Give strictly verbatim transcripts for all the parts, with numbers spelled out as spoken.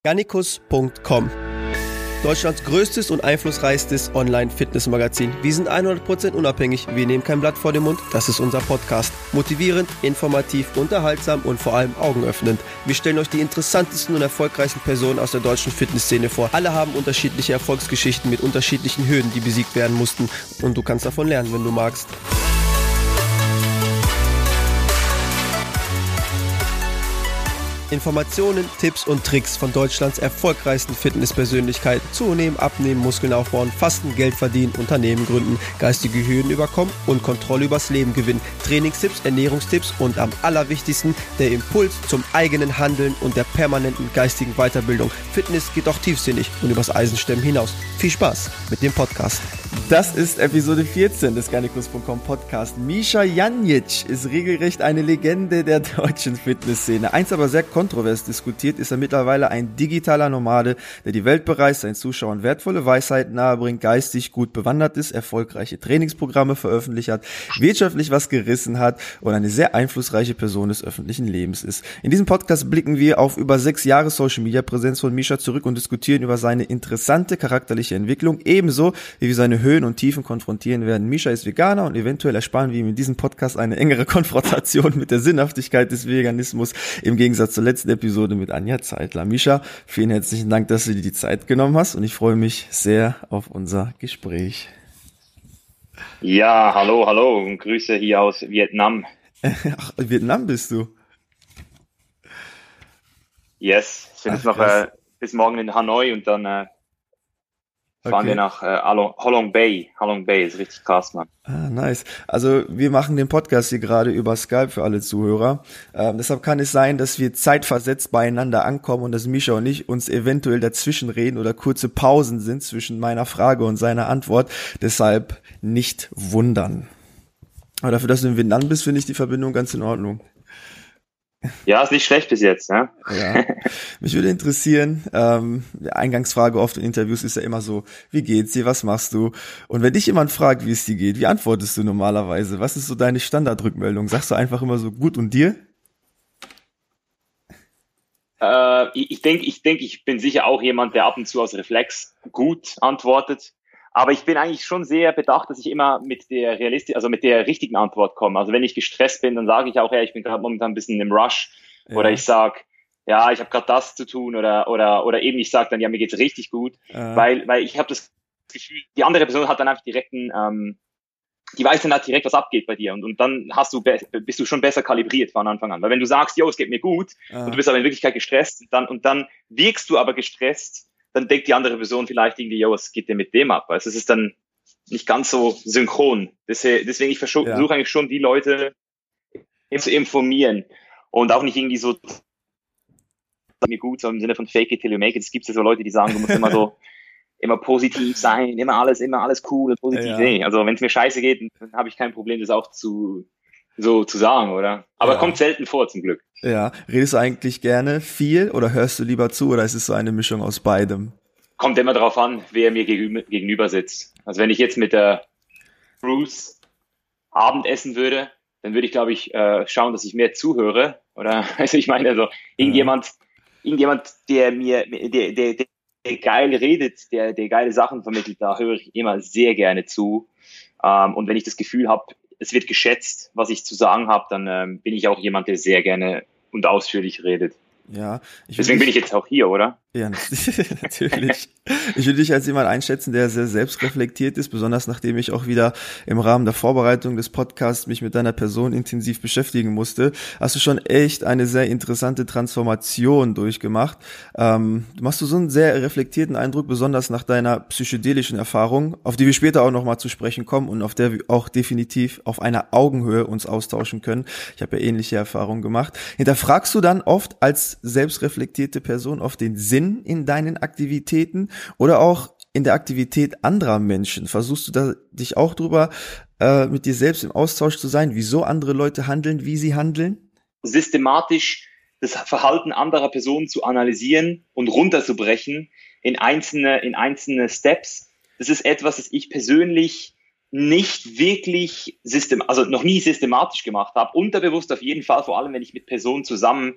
Gannikus Punkt com. Deutschlands größtes und einflussreichstes Online-Fitness-Magazin. Wir sind hundert Prozent unabhängig, wir nehmen kein Blatt vor den Mund, das ist unser Podcast. Motivierend, informativ, unterhaltsam und vor allem augenöffnend. Wir stellen euch die interessantesten und erfolgreichsten Personen aus der deutschen Fitnessszene vor. Alle haben unterschiedliche Erfolgsgeschichten mit unterschiedlichen Hürden, die besiegt werden mussten. Und du kannst davon lernen, wenn du magst. Informationen, Tipps und Tricks von Deutschlands erfolgreichsten Fitnesspersönlichkeiten. Zunehmen, abnehmen, Muskeln aufbauen, fasten, Geld verdienen, Unternehmen gründen, geistige Hürden überkommen und Kontrolle übers Leben gewinnen. Trainingstipps, Ernährungstipps und am allerwichtigsten der Impuls zum eigenen Handeln und der permanenten geistigen Weiterbildung. Fitness geht auch tiefsinnig und übers Eisenstemmen hinaus. Viel Spaß mit dem Podcast. Das ist Episode vierzehn des Gannikus Punkt com Podcast. Mischa Janjic ist regelrecht eine Legende der deutschen Fitnessszene. Eins aber sehr kontrovers diskutiert, ist er mittlerweile ein digitaler Nomade, der die Welt bereist, seinen Zuschauern wertvolle Weisheiten nahebringt, geistig gut bewandert ist, erfolgreiche Trainingsprogramme veröffentlicht hat, wirtschaftlich was gerissen hat und eine sehr einflussreiche Person des öffentlichen Lebens ist. In diesem Podcast blicken wir auf über sechs Jahre Social-Media-Präsenz von Mischa zurück und diskutieren über seine interessante charakterliche Entwicklung, ebenso wie wir seine Höhen und Tiefen konfrontieren werden. Mischa ist Veganer und eventuell ersparen wir ihm in diesem Podcast eine engere Konfrontation mit der Sinnhaftigkeit des Veganismus im Gegensatz zur letzten Episode mit Anja Zeitler. Mischa, vielen herzlichen Dank, dass du dir die Zeit genommen hast und ich freue mich sehr auf unser Gespräch. Ja, hallo, hallo und Grüße hier aus Vietnam. Ach, Vietnam bist du? Yes, ich bin jetzt noch äh, bis morgen in Hanoi und dann äh, fahren okay. wir nach äh, Halong Bay. Halong Bay ist richtig krass, Mann. Ah, nice. Also wir machen den Podcast hier gerade über Skype für alle Zuhörer. Ähm, deshalb kann es sein, dass wir zeitversetzt beieinander ankommen und dass Mischa und ich uns eventuell dazwischen reden oder kurze Pausen sind zwischen meiner Frage und seiner Antwort. Deshalb nicht wundern. Aber dafür, dass du in Vietnam bist, finde ich die Verbindung ganz in Ordnung. Ja, ist nicht schlecht bis jetzt, ne? Ja. Mich würde interessieren, ähm, die Eingangsfrage oft in Interviews ist ja immer so, wie geht's dir, was machst du? Und wenn dich jemand fragt, wie es dir geht, wie antwortest du normalerweise? Was ist so deine Standardrückmeldung? Sagst du einfach immer so, gut und dir? Äh, ich denke, ich denke, ich bin sicher auch jemand, der ab und zu aus Reflex gut antwortet. Aber ich bin eigentlich schon sehr bedacht, dass ich immer mit der realistisch, also mit der richtigen Antwort komme. Also wenn ich gestresst bin, dann sage ich auch, ja, ich bin gerade momentan ein bisschen im Rush. Ja. Oder ich sag, ja, ich habe gerade das zu tun. Oder oder oder eben ich sage dann, ja, mir geht's richtig gut, ja. weil weil ich habe das Gefühl, die andere Person hat dann einfach direkten, ähm, die weiß dann halt direkt, was abgeht bei dir. Und und dann hast du bist du schon besser kalibriert von Anfang an. Weil wenn du sagst, yo, es geht mir gut, ja. und du bist aber in Wirklichkeit gestresst, dann und dann wirkst du aber gestresst, dann denkt die andere Person vielleicht irgendwie, yo, was geht denn mit dem ab? Also es ist dann nicht ganz so synchron. Deswegen, ich versuche ja. eigentlich schon, die Leute zu informieren und auch nicht irgendwie so mir gut, so im Sinne von fake it till you make it. Es gibt ja so Leute, die sagen, du musst immer so immer positiv sein, immer alles, immer alles cool, positiv sehen. Ja. Also wenn es mir scheiße geht, dann habe ich kein Problem, das auch zu so zu sagen, oder? Aber ja. kommt selten vor, zum Glück. Ja, redest du eigentlich gerne viel oder hörst du lieber zu oder ist es so eine Mischung aus beidem? Kommt immer darauf an, wer mir gegenüber, gegenüber sitzt. Also wenn ich jetzt mit der Bruce Abend essen würde, dann würde ich, glaube ich, äh, schauen, dass ich mehr zuhöre. Oder, also ich meine, also irgendjemand, ja. irgendjemand, der mir, der, der, der, der geil redet, der, der geile Sachen vermittelt, da höre ich immer sehr gerne zu. Ähm, und wenn ich das Gefühl habe, es wird geschätzt, was ich zu sagen habe, dann ähm, bin ich auch jemand, der sehr gerne und ausführlich redet. Ja. Ich Deswegen bin ich jetzt auch hier, oder? Ja, natürlich. Ich würde dich als jemand einschätzen, der sehr selbstreflektiert ist, besonders nachdem ich auch wieder im Rahmen der Vorbereitung des Podcasts mich mit deiner Person intensiv beschäftigen musste. Hast du schon echt eine sehr interessante Transformation durchgemacht. Ähm, du machst du so einen sehr reflektierten Eindruck, besonders nach deiner psychedelischen Erfahrung, auf die wir später auch nochmal zu sprechen kommen und auf der wir auch definitiv auf einer Augenhöhe uns austauschen können. Ich habe ja ähnliche Erfahrungen gemacht. Hinterfragst du dann oft als selbstreflektierte Person auf den Sinn in deinen Aktivitäten oder auch in der Aktivität anderer Menschen? Versuchst du da dich auch drüber äh, mit dir selbst im Austausch zu sein, wieso andere Leute handeln, wie sie handeln? Systematisch das Verhalten anderer Personen zu analysieren und runterzubrechen in einzelne, in einzelne Steps, das ist etwas, das ich persönlich nicht wirklich system, also noch nie systematisch gemacht habe. Unterbewusst auf jeden Fall, vor allem wenn ich mit Personen zusammen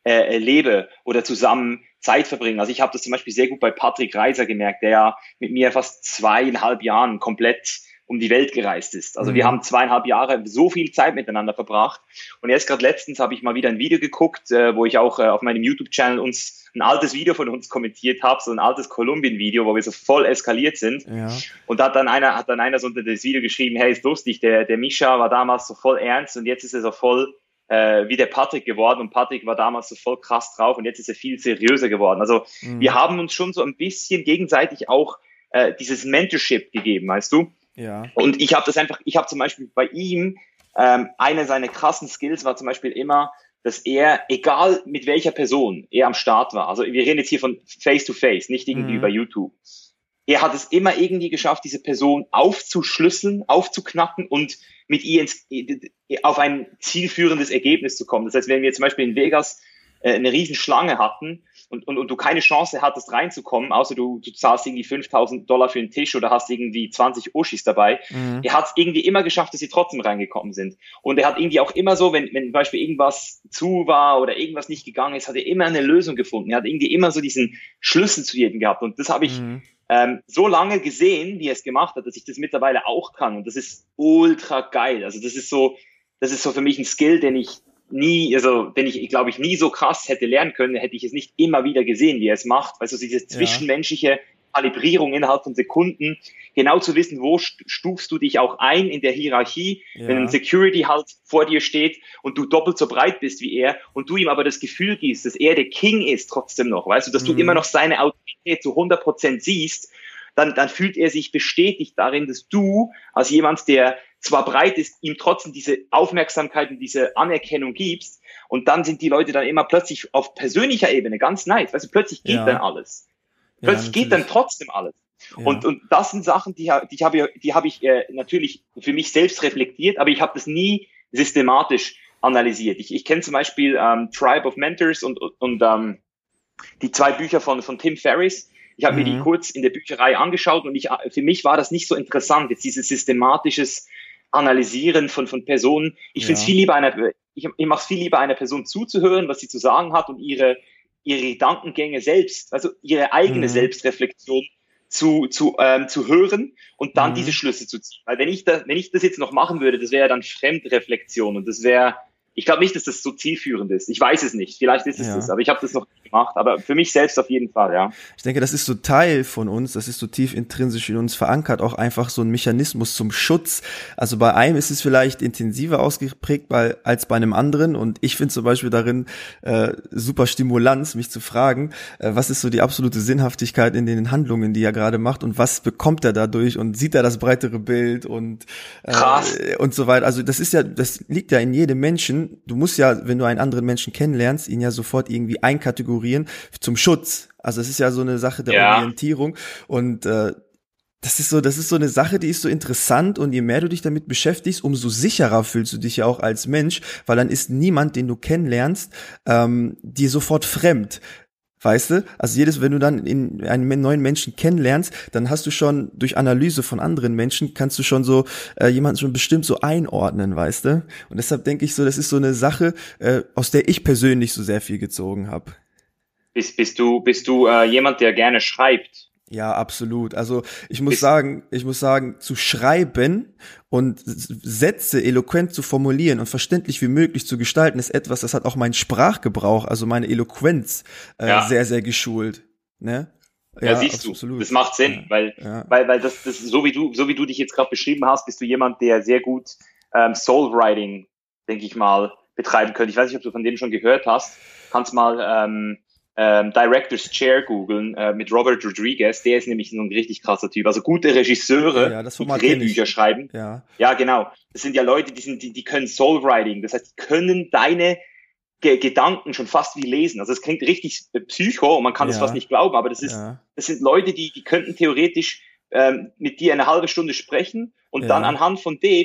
äh, lebe oder zusammen Zeit verbringen. Also ich habe das zum Beispiel sehr gut bei Patrick Reiser gemerkt, der ja mit mir fast zweieinhalb Jahren komplett um die Welt gereist ist. Also mhm. wir haben zweieinhalb Jahre so viel Zeit miteinander verbracht. Und jetzt gerade letztens habe ich mal wieder ein Video geguckt, äh, wo ich auch äh, auf meinem YouTube-Channel uns ein altes Video von uns kommentiert habe, so ein altes Kolumbien-Video, wo wir so voll eskaliert sind. Ja. Und da hat dann einer, hat dann einer so unter das Video geschrieben, hey, ist lustig, der, der Mischa war damals so voll ernst und jetzt ist er so voll äh, wie der Patrick geworden. Und Patrick war damals so voll krass drauf und jetzt ist er viel seriöser geworden. Also mhm. wir haben uns schon so ein bisschen gegenseitig auch äh, dieses Mentorship gegeben, weißt du? Ja. Und ich habe das einfach, ich habe zum Beispiel bei ihm, ähm, einer seiner krassen Skills war zum Beispiel immer, dass er, egal mit welcher Person er am Start war, also wir reden jetzt hier von Face-to-Face, nicht irgendwie mhm. über YouTube, er hat es immer irgendwie geschafft, diese Person aufzuschlüsseln, aufzuknacken und mit ihr ins, auf ein zielführendes Ergebnis zu kommen. Das heißt, wenn wir zum Beispiel in Vegas äh, eine riesen Schlange hatten, Und, und, und du keine Chance hattest reinzukommen, außer du, du zahlst irgendwie fünftausend Dollar für einen Tisch oder hast irgendwie zwanzig Uschis dabei. Mhm. Er hat es irgendwie immer geschafft, dass sie trotzdem reingekommen sind. Und er hat irgendwie auch immer so, wenn, wenn zum Beispiel irgendwas zu war oder irgendwas nicht gegangen ist, hat er immer eine Lösung gefunden. Er hat irgendwie immer so diesen Schlüssel zu jedem gehabt. Und das habe ich mhm. ähm, so lange gesehen, wie er es gemacht hat, dass ich das mittlerweile auch kann. Und das ist ultra geil. Also das ist so, das ist so für mich ein Skill, den ich nie, also den ich, glaube ich, nie so krass hätte lernen können, hätte ich es nicht immer wieder gesehen, wie er es macht. Also diese zwischenmenschliche Kalibrierung innerhalb von Sekunden, genau zu wissen, wo stufst du dich auch ein in der Hierarchie, ja. wenn ein Security halt vor dir steht und du doppelt so breit bist wie er und du ihm aber das Gefühl gibst, dass er der King ist trotzdem noch, weißt du, dass mhm. du immer noch seine Autorität zu hundert Prozent siehst, dann, dann fühlt er sich bestätigt darin, dass du als jemand, der zwar breit ist, ihm trotzdem diese Aufmerksamkeit und diese Anerkennung gibst und dann sind die Leute dann immer plötzlich auf persönlicher Ebene ganz nice, weißt du, plötzlich geht ja. dann alles. Plötzlich ja, geht dann trotzdem alles. Ja. Und, und das sind Sachen, die, die habe ich, die habe ich äh, natürlich für mich selbst reflektiert, aber ich habe das nie systematisch analysiert. Ich, ich kenne zum Beispiel ähm, Tribe of Mentors und, und, und ähm, die zwei Bücher von, von Tim Ferriss. Ich habe mhm. mir die kurz in der Bücherei angeschaut und ich, für mich war das nicht so interessant, jetzt dieses systematisches Analysieren von, von Personen. Ich ja. finde es viel lieber einer, ich, ich mache es viel lieber einer Person zuzuhören, was sie zu sagen hat und ihre, ihre Gedankengänge selbst, also ihre eigene mhm. Selbstreflexion zu, zu, ähm, zu hören und dann mhm. diese Schlüsse zu ziehen. Weil wenn ich da, wenn ich das jetzt noch machen würde, das wäre dann Fremdreflexion und das wäre, ich glaube nicht, dass das so zielführend ist. Ich weiß es nicht. Vielleicht ist es ja. das, aber ich habe das noch nicht gemacht. Aber für mich selbst auf jeden Fall, ja. Ich denke, das ist so Teil von uns, das ist so tief intrinsisch in uns verankert, auch einfach so ein Mechanismus zum Schutz. Also bei einem ist es vielleicht intensiver ausgeprägt bei, als bei einem anderen. Und ich finde zum Beispiel darin äh, super Stimulanz, mich zu fragen, äh, was ist so die absolute Sinnhaftigkeit in den Handlungen, die er gerade macht und was bekommt er dadurch und sieht er das breitere Bild und äh, Krass. und so weiter. Also das ist ja, das liegt ja in jedem Menschen. Du musst ja, wenn du einen anderen Menschen kennenlernst, ihn ja sofort irgendwie einkategorieren zum Schutz. Also es ist ja so eine Sache der ja. Orientierung und äh, das ist so, das ist so eine Sache, die ist so interessant und je mehr du dich damit beschäftigst, umso sicherer fühlst du dich ja auch als Mensch, weil dann ist niemand, den du kennenlernst, ähm, dir sofort fremd. Weißt du? Also jedes, wenn du dann in einen neuen Menschen kennenlernst, dann hast du schon durch Analyse von anderen Menschen, kannst du schon so äh, jemanden schon bestimmt so einordnen, weißt du? Und deshalb denke ich so, das ist so eine Sache, äh, aus der ich persönlich so sehr viel gezogen habe. Bist, bist du, bist du äh, jemand, der gerne schreibt? Ja, absolut. Also ich muss sagen, ich muss sagen, zu schreiben und Sätze eloquent zu formulieren und verständlich wie möglich zu gestalten, ist etwas, das hat auch mein Sprachgebrauch, also meine Eloquenz äh, ja. sehr, sehr geschult. Ne? Ja, ja, siehst du, absolut. Das macht Sinn, ja. weil, ja. weil, weil das, das, so wie du, so wie du dich jetzt gerade beschrieben hast, bist du jemand, der sehr gut ähm, Soul-Writing, denke ich mal, betreiben könnte. Ich weiß nicht, ob du von dem schon gehört hast. Kannst mal ähm, Ähm, Director's Chair googeln äh, mit Robert Rodriguez, der ist nämlich so ein richtig krasser Typ. Also gute Regisseure, ja, die Drehbücher schreiben. Ja. ja, genau. Das sind ja Leute, die sind, die, die können Soulwriting. Das heißt, die können deine Ge- Gedanken schon fast wie lesen. Also es klingt richtig psycho und man kann es ja. fast nicht glauben, aber das ist, ja. das sind Leute, die, die könnten theoretisch ähm, mit dir eine halbe Stunde sprechen und ja. dann anhand von dem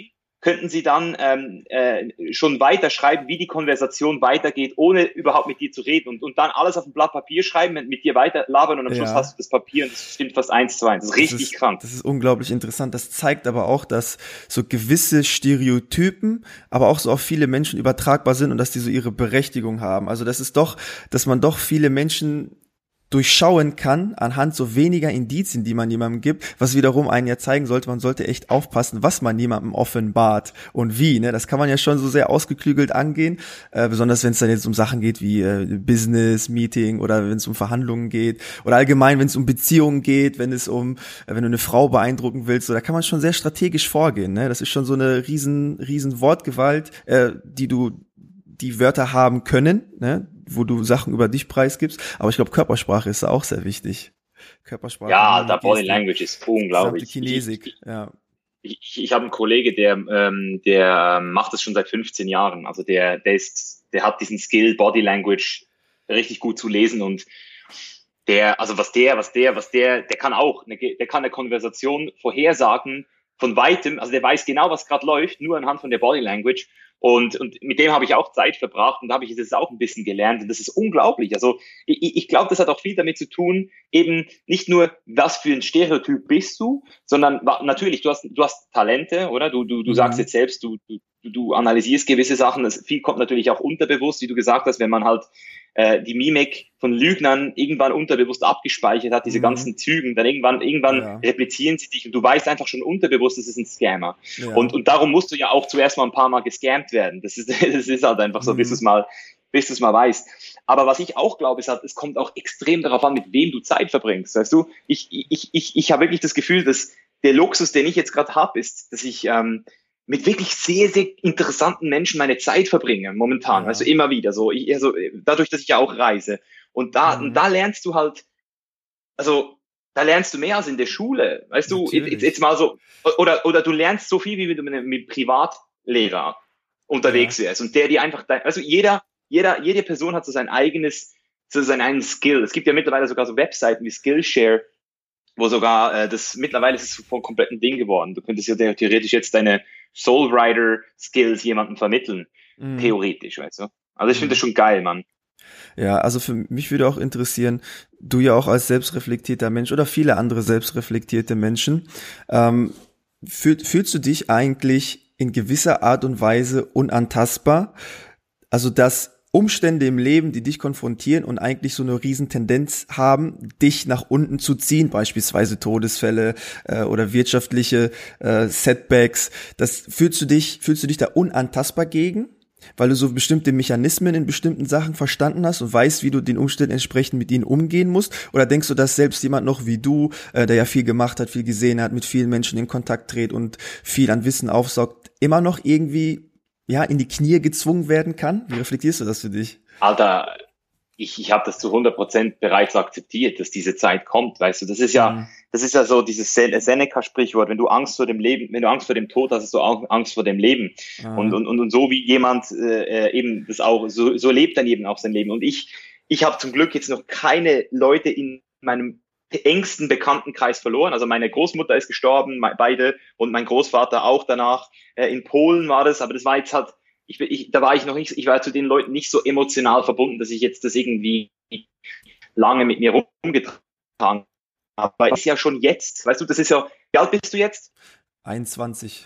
könnten sie dann ähm, äh, schon weiterschreiben, wie die Konversation weitergeht, ohne überhaupt mit dir zu reden und, und dann alles auf ein Blatt Papier schreiben, mit, mit dir weiter labern und am Schluss Ja. hast du das Papier und das stimmt fast eins zu eins. Das ist richtig das ist, krank. Das ist unglaublich interessant. Das zeigt aber auch, dass so gewisse Stereotypen, aber auch so auf viele Menschen übertragbar sind und dass die so ihre Berechtigung haben. Also das ist doch, dass man doch viele Menschen durchschauen kann anhand so weniger Indizien, die man jemandem gibt, was wiederum einen ja zeigen sollte, man sollte echt aufpassen, was man jemandem offenbart und wie, ne? Das kann man ja schon so sehr ausgeklügelt angehen, äh, besonders wenn es dann jetzt um Sachen geht wie äh, Business, Meeting oder wenn es um Verhandlungen geht oder allgemein, wenn es um Beziehungen geht, wenn es um, äh, wenn du eine Frau beeindrucken willst, so, da kann man schon sehr strategisch vorgehen, ne? Das ist schon so eine riesen, riesen Wortgewalt, äh, die du die Wörter haben können, ne, wo du Sachen über dich preisgibst. Aber ich glaube, Körpersprache ist da auch sehr wichtig. Körpersprache. Ja, der Body Language ist unglaublich. Chinesik, ich, ja. Ich, ich, ich habe einen Kollege, der, ähm, der macht das schon seit fünfzehn Jahren. Also der, der ist, der hat diesen Skill, Body Language richtig gut zu lesen und der, also was der, was der, was der, der kann auch, eine, der kann eine Konversation vorhersagen von weitem. Also der weiß genau, was gerade läuft, nur anhand von der Body Language. Und, und mit dem habe ich auch Zeit verbracht und da habe ich das auch ein bisschen gelernt und das ist unglaublich. Also ich, ich glaube, das hat auch viel damit zu tun, eben nicht nur, was für ein Stereotyp bist du, sondern natürlich, du hast, du hast Talente, oder? Du, du, du mhm. sagst jetzt selbst, du, du, du analysierst gewisse Sachen. Das viel kommt natürlich auch unterbewusst, wie du gesagt hast, wenn man halt äh, die Mimik von Lügnern irgendwann unterbewusst abgespeichert hat, diese mhm. ganzen Zügen, dann irgendwann irgendwann ja. replizieren sie dich und du weißt einfach schon unterbewusst, das ist ein Scammer. Ja. Und und darum musst du ja auch zuerst mal ein paar Mal gescammt werden. Das ist das ist halt einfach so, mhm. bis du es mal bis du es mal weißt. Aber was ich auch glaube, ist halt, es kommt auch extrem darauf an, mit wem du Zeit verbringst. Weißt du, ich ich ich ich habe wirklich das Gefühl, dass der Luxus, den ich jetzt gerade habe, ist, dass ich ähm, mit wirklich sehr, sehr interessanten Menschen meine Zeit verbringe, momentan, ja. also immer wieder so, ich, also dadurch, dass ich ja auch reise. Und da, mhm. und da lernst du halt, also da lernst du mehr als in der Schule, weißt du, jetzt, jetzt mal so, oder, oder du lernst so viel, wie wenn du mit einem mit Privatlehrer unterwegs ja. wärst und der dir einfach, also jeder, jeder, jede Person hat so sein eigenes, so seinen eigenen Skill. Es gibt ja mittlerweile sogar so Webseiten wie Skillshare, wo sogar, äh, das mittlerweile ist es vom kompletten Ding geworden. Du könntest ja theoretisch jetzt deine Soulwriter-Skills jemandem vermitteln. Mhm. Theoretisch, weißt du. Also ich finde das schon geil, Mann. Ja, also für mich würde auch interessieren, du ja auch als selbstreflektierter Mensch oder viele andere selbstreflektierte Menschen, ähm, fühl, fühlst du dich eigentlich in gewisser Art und Weise unantastbar? Also dass Umstände im Leben, die dich konfrontieren und eigentlich so eine riesen Tendenz haben, dich nach unten zu ziehen, beispielsweise Todesfälle äh, oder wirtschaftliche äh, Setbacks. Das fühlst du dich, fühlst du dich da unantastbar gegen, weil du so bestimmte Mechanismen in bestimmten Sachen verstanden hast und weißt, wie du den Umständen entsprechend mit ihnen umgehen musst? Oder denkst du, dass selbst jemand noch wie du, äh, der ja viel gemacht hat, viel gesehen hat, mit vielen Menschen in Kontakt tritt und viel an Wissen aufsaugt, immer noch irgendwie ja, in die Knie gezwungen werden kann? Wie reflektierst du das für dich? Alter, ich, ich habe das zu hundert Prozent bereits akzeptiert, dass diese Zeit kommt, weißt du, das ist ja, mhm. das ist ja so dieses Seneca-Sprichwort, wenn du Angst vor dem Leben, wenn du Angst vor dem Tod hast, hast du auch Angst vor dem Leben. Mhm. Und, und, und so wie jemand äh, eben das auch, so, so lebt dann eben auch sein Leben. Und ich, ich habe zum Glück jetzt noch keine Leute in meinem engsten Bekanntenkreis verloren. Also meine Großmutter ist gestorben, beide, und mein Großvater auch danach. Äh, in Polen war das, aber das war jetzt halt, ich, ich, da war ich noch nicht, ich war zu den Leuten nicht so emotional verbunden, dass ich jetzt das irgendwie lange mit mir rumgetragen habe. Aber das ist ja schon jetzt, weißt du, das ist ja, wie alt bist du jetzt? einundzwanzig.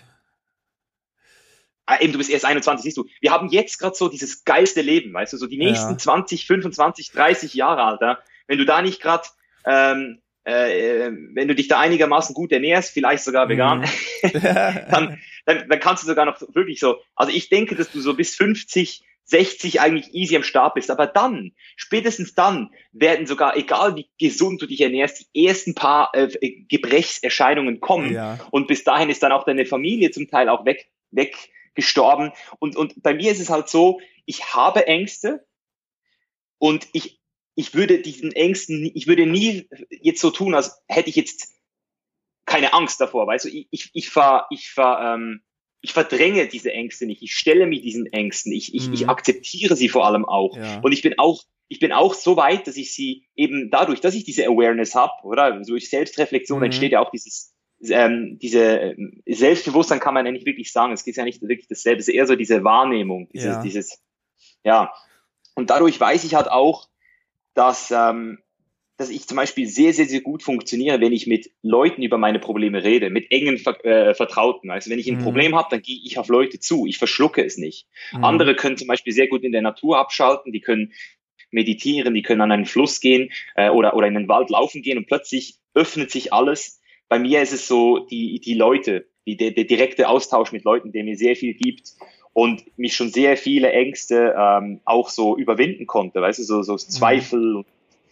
Ah, eben, du bist erst einundzwanzig, siehst du. Wir haben jetzt gerade so dieses geilste Leben, weißt du, so die nächsten ja. zwanzig, fünfundzwanzig, dreißig Jahre, Alter. Wenn du da nicht gerade Ähm, äh, wenn du dich da einigermaßen gut ernährst, vielleicht sogar vegan, mm. dann, dann, dann kannst du sogar noch wirklich so, also ich denke, dass du so bis fünfzig, sechzig eigentlich easy am Start bist, aber dann, spätestens dann, werden sogar, egal wie gesund du dich ernährst, die ersten paar äh, Gebrechserscheinungen kommen ja. und bis dahin ist dann auch deine Familie zum Teil auch weg, weggestorben und, und bei mir ist es halt so, ich habe Ängste und ich Ich würde diesen Ängsten, ich würde nie jetzt so tun, als hätte ich jetzt keine Angst davor, weißt du, ich, ich, ich, ver, ich, ver, ähm, ich verdränge diese Ängste nicht, ich stelle mich diesen Ängsten, ich, ich, mhm. ich akzeptiere sie vor allem auch. Ja. Und ich bin auch, ich bin auch so weit, dass ich sie eben dadurch, dass ich diese Awareness habe, oder, durch Selbstreflexion mhm. entsteht ja auch dieses, ähm, diese Selbstbewusstsein kann man ja nicht wirklich sagen. Es geht ja nicht wirklich dasselbe. Es ist eher so diese Wahrnehmung, dieses, Ja. dieses, ja. Und dadurch weiß ich halt auch, dass, ähm, dass ich zum Beispiel sehr, sehr, sehr gut funktioniere, wenn ich mit Leuten über meine Probleme rede, mit engen äh, Vertrauten. Also wenn ich ein Mhm. Problem habe, dann gehe ich auf Leute zu. Ich verschlucke es nicht. Mhm. Andere können zum Beispiel sehr gut in der Natur abschalten. Die können meditieren, die können an einen Fluss gehen äh, oder, oder in den Wald laufen gehen und plötzlich öffnet sich alles. Bei mir ist es so, die, die Leute, die, der, der direkte Austausch mit Leuten, der mir sehr viel gibt und mich schon sehr viele Ängste ähm, auch so überwinden konnte, weißt du, so, so Zweifel und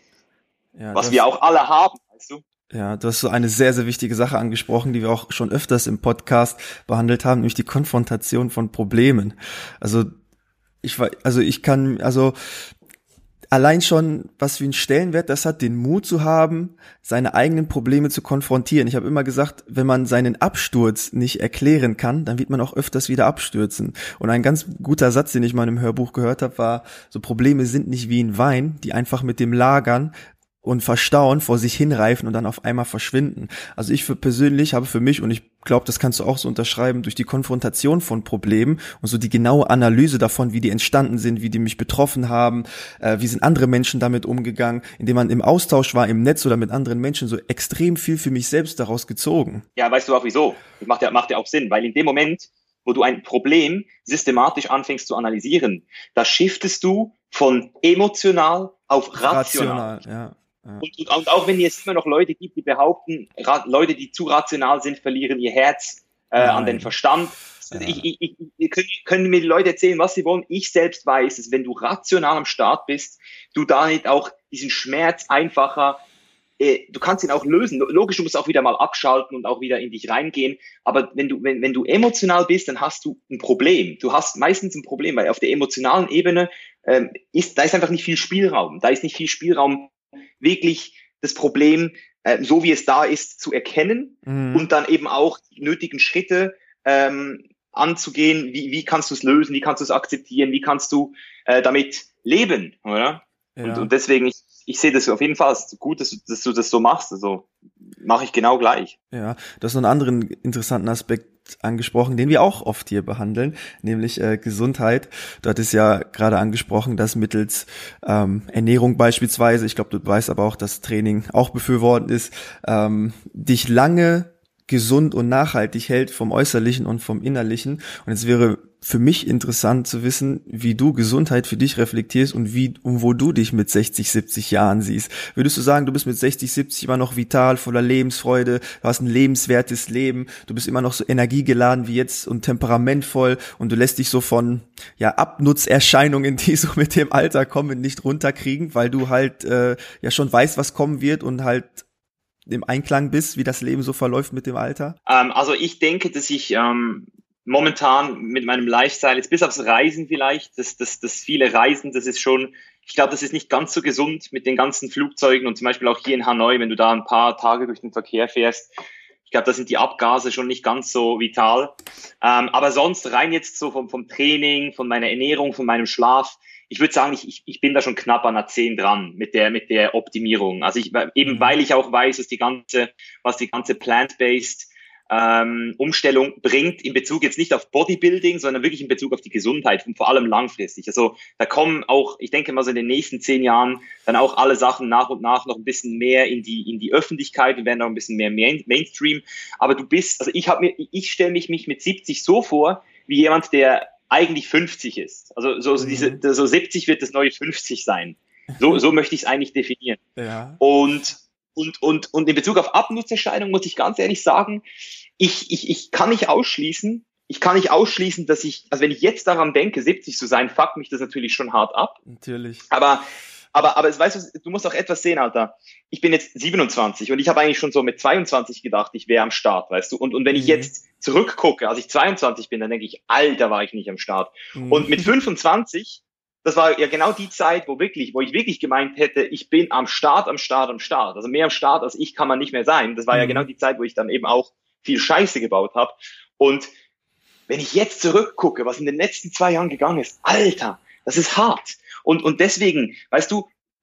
Ja, was das, wir auch alle haben, weißt du? ja, du hast so eine sehr, sehr wichtige Sache angesprochen, die wir auch schon öfters im Podcast behandelt haben, nämlich die Konfrontation von Problemen. Also ich war, also ich kann, also allein schon, was für einen Stellenwert das hat, den Mut zu haben, seine eigenen Probleme zu konfrontieren. Ich habe immer gesagt, wenn man seinen Absturz nicht erklären kann, dann wird man auch öfters wieder abstürzen. Und ein ganz guter Satz, den ich mal im Hörbuch gehört habe, war, so Probleme sind nicht wie ein Wein, die einfach mit dem Lagern und Verstauen vor sich hinreifen und dann auf einmal verschwinden. Also ich für persönlich habe für mich, und ich glaube, das kannst du auch so unterschreiben, durch die Konfrontation von Problemen und so die genaue Analyse davon, wie die entstanden sind, wie die mich betroffen haben, äh, wie sind andere Menschen damit umgegangen, indem man im Austausch war, im Netz oder mit anderen Menschen, so extrem viel für mich selbst daraus gezogen. Ja, weißt du auch wieso? Das macht ja, macht ja auch Sinn, weil in dem Moment, wo du ein Problem systematisch anfängst zu analysieren, da shiftest du von emotional auf rational. Rational, ja. Ja. Und, und, und auch wenn es immer noch Leute gibt, die behaupten, ra- Leute, die zu rational sind, verlieren ihr Herz äh, an den Verstand. Ja. Ich, ich, ich, ich, können, können mir die Leute erzählen, was sie wollen. Ich selbst weiß, dass wenn du rational am Start bist, du damit auch diesen Schmerz einfacher, äh, du kannst ihn auch lösen. Logisch, du musst auch wieder mal abschalten und auch wieder in dich reingehen. Aber wenn du, wenn, wenn du emotional bist, dann hast du ein Problem. Du hast meistens ein Problem, weil auf der emotionalen Ebene ähm, ist, da ist einfach nicht viel Spielraum. Da ist nicht viel Spielraum, wirklich das Problem, äh, so wie es da ist, zu erkennen Mhm. und dann eben auch die nötigen Schritte ähm, anzugehen. Wie, wie kannst du es lösen? Wie kannst du es akzeptieren? Wie kannst du äh, damit leben? Oder? Ja. Und, und deswegen, ich, ich sehe das auf jeden Fall als gut, dass du, dass du das so machst. Also mache ich genau gleich. Ja, du hast noch einen anderen interessanten Aspekt angesprochen, den wir auch oft hier behandeln, nämlich äh, Gesundheit. Du hattest ja gerade angesprochen, dass mittels ähm, Ernährung beispielsweise, ich glaube, du weißt aber auch, dass Training auch befürwortet ist, ähm, dich lange gesund und nachhaltig hält vom Äußerlichen und vom Innerlichen. Und es wäre für mich interessant zu wissen, wie du Gesundheit für dich reflektierst und wie und wo du dich mit sechzig, siebzig Jahren siehst. Würdest du sagen, du bist mit sechzig, siebzig immer noch vital, voller Lebensfreude, du hast ein lebenswertes Leben, du bist immer noch so energiegeladen wie jetzt und temperamentvoll und du lässt dich so von ja Abnutzerscheinungen, die so mit dem Alter kommen, nicht runterkriegen, weil du halt äh, ja schon weißt, was kommen wird und halt im Einklang bist, wie das Leben so verläuft mit dem Alter? Ähm, also ich denke, dass ich ähm, momentan mit meinem Lifestyle, jetzt bis aufs Reisen vielleicht, das, das, das viele Reisen, das ist schon, ich glaube, das ist nicht ganz so gesund mit den ganzen Flugzeugen und zum Beispiel auch hier in Hanoi, wenn du da ein paar Tage durch den Verkehr fährst. Ich glaube, da sind die Abgase schon nicht ganz so vital. Ähm, aber sonst rein jetzt so vom, vom Training, von meiner Ernährung, von meinem Schlaf, ich würde sagen, ich, ich bin da schon knapp an einer zehn dran mit der, mit der Optimierung. Also ich, eben Mhm. weil ich auch weiß, was die ganze, was die ganze plant-based ähm, Umstellung bringt, in Bezug jetzt nicht auf Bodybuilding, sondern wirklich in Bezug auf die Gesundheit und vor allem langfristig. Also da kommen auch, ich denke mal so in den nächsten zehn Jahren dann auch alle Sachen nach und nach noch ein bisschen mehr in die, in die Öffentlichkeit und werden auch ein bisschen mehr Main, Mainstream. Aber du bist, also ich habe mir, ich stelle mich, mich mit siebzig so vor, wie jemand, der eigentlich fünfzig ist. Also so, so Mhm. diese, so siebzig wird das neue fünfzig sein. So, so möchte ich es eigentlich definieren. Ja. Und, und, und, und in Bezug auf Abnutzerscheinung muss ich ganz ehrlich sagen, ich, ich, ich kann nicht ausschließen, ich kann nicht ausschließen, dass ich, also wenn ich jetzt daran denke, siebzig zu sein, fuckt mich das natürlich schon hart ab. Natürlich. Aber, aber, aber, weißt du, du musst auch etwas sehen, Alter. Ich bin jetzt siebenundzwanzig und ich habe eigentlich schon so mit zweiundzwanzig gedacht, ich wäre am Start, weißt du. Und, und wenn ich Mhm. jetzt zurückgucke, als ich zweiundzwanzig bin, dann denke ich, Alter, war ich nicht am Start. Mhm. Und mit fünfundzwanzig, das war ja genau die Zeit, wo wirklich, wo ich wirklich gemeint hätte, ich bin am Start, am Start, am Start. Also mehr am Start als ich kann man nicht mehr sein. Das war ja Mhm. genau die Zeit, wo ich dann eben auch viel Scheiße gebaut habe. Und wenn ich jetzt zurückgucke, was in den letzten zwei Jahren gegangen ist, Alter, das ist hart. Und, und deswegen, weißt du,